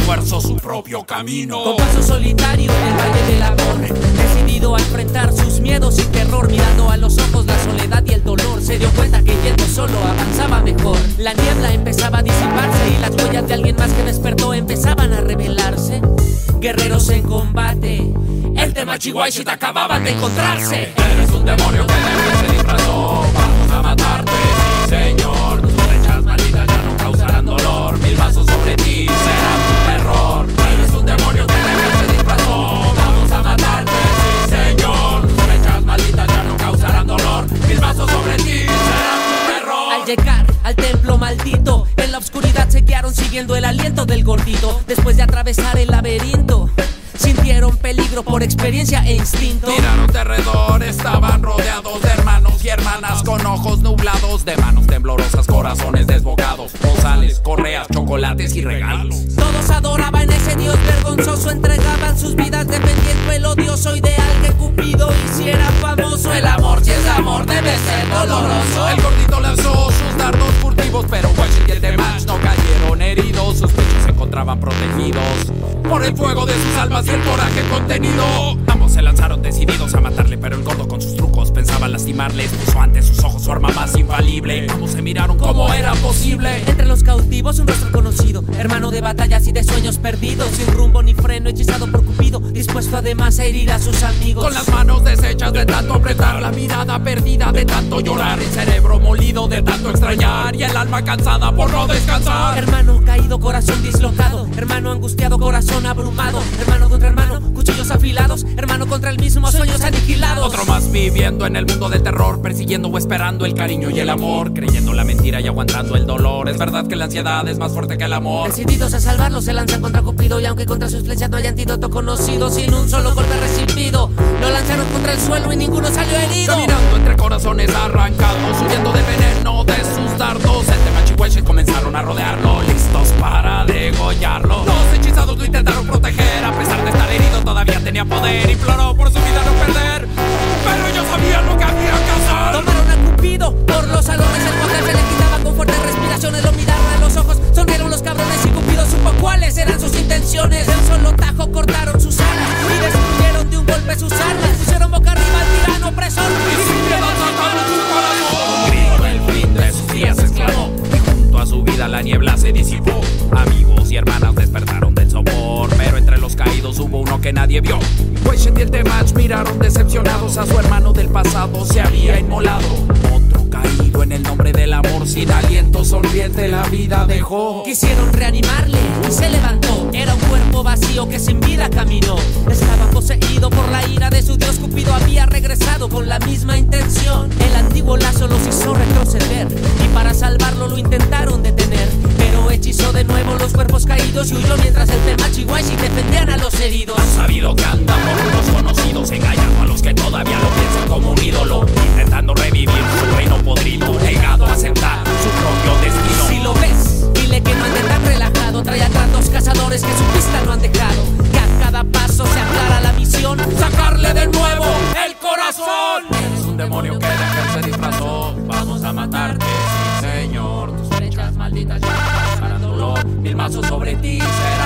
esfuerzo su propio camino. Con paso solitario en el valle del amor, decidido a enfrentar sus miedos y terror, mirando a los ojos la soledad y el dolor, se dio cuenta que yendo solo avanzaba mejor. La niebla empezaba a disiparse y las huellas de alguien más que despertó empezaban a revelarse. Guerreros en combate, el Temachihuashi acababan de encontrarse. Eres un demonio que de mí se disfrazó. Vamos a matarte, sí señor. Tus flechas malditas ya no causarán dolor. 1000 vasos sobre ti serán tu terror. Eres un demonio que de mí se disfrazó. Vamos a matarte, sí señor. Tus flechas malditas ya no causarán dolor. 1000 vasos sobre ti serán tu terror. Al llegar al templo maldito, en la oscuridad se quedaron siguiendo el aliento del gordito. Después de atravesar el laberinto, sintieron peligro por experiencia e instinto. Miraron derredor, estaban rodeados de hermanos y hermanas con ojos nublados, de manos temblorosas, corazones desbocados, rosales, correas, chocolates y regalos. Todos adoraban ese dios vergonzoso, entregaban sus vidas dependiendo el odioso ideal que Cupido hiciera famoso. El amor, si es amor, debe ser doloroso. El gordito lanzó sus dardos furtivos, pero Washington y el Temach no cayeron heridos. Sus pechos se encontraban protegidos por el fuego de sus almas y el coraje contenido. Ambos se lanzaron decididos a matarle, pero el gordo con sus trucos pensaba lastimarles. Puso ante sus ojos su arma más infalible. Ambos se miraron como era posible. Entre los cautivos un rostro conocido, hermano de batallas y de sueños perdidos, sin rumbo ni freno, hechizado por Cupido, dispuesto además a herir a sus amigos. Con las manos deshechas de tanto apretar, la mirada perdida de tanto llorar, el cerebro molido de tanto extrañar y el alma cansada por no descansar. Hermano caído, corazón dislocado, hermano angustiado, corazón abrumado, hermano contra hermano, cuchillos afilados, hermano contra el mismo, sueños aniquilados. Otro más viviendo en el mundo del terror, persiguiendo o esperando el cariño y el amor, creyendo la mentira y aguantando el dolor. Es verdad que la ansiedad es más fuerte que el amor. Decididos a salvarlo se lanzan contra Cupido, y aunque contra sus flechas no hay antídoto conocido, sin un solo golpe recibido, lo lanzaron contra el suelo y ninguno salió herido. Caminando entre corazones arrancados, huyendo del veneno de sus dardos, el Temachihuashi comenzaron a rodearlo, listos para degollarlo. Los hechizados lo intentaron proteger, a pesar de estar herido todavía tenía poder. Imploró por su vida no perder, pero ellos sabían lo que había que hacer. Tomaron a Cupido por los salones, el poder se le quitaba con fuertes respiraciones, lo miraron a los ojos, sonrieron los cabrones y Cupido supo cuáles eran sus intenciones. De un solo tajo cortaron sus alas y destruyeron de un golpe sus armas, pusieron boca arriba al tirano opresor Y sin piedad sacaron su corazón. Un grito, el fin de sus días exclamó, y junto a su vida la niebla se disipó. Amigos y hermanas despertaron del sopor, pero entre los caídos hubo uno que nadie vio. Washington y el Temach miraron decepcionados a su hermano del pasado, se había inmolado. Otro caído en el nombre del amor, sin aliento sonriente la vida dejó. Quisieron reanimarle y se levantó, era un cuerpo vacío que sin vida caminó. Estaba poseído por la ira de su dios, Cupido había regresado con la misma intención. El antiguo lazo los hizo retroceder y para salvarlo lo intentaron detener, pero hechizó de nuevo los cuerpos caídos y huyó mientras el Temachihuashi defendían a los heridos. Han sabido que andan por unos conocidos, engañando a los que todavía lo piensan como un ídolo, intentando revivir su reino podrido, negado a aceptar su propio destino. Si lo ves, dile que no ande tan relajado, trae atrás dos cazadores que su pista no han dejado, que a cada paso se aclara la misión, sacarle de nuevo el corazón. Eres un demonio que de él se disfrazó, vamos a matarte, sí señor. Tus flechas malditas ya causarán dolor, 1000 mazos sobre ti serán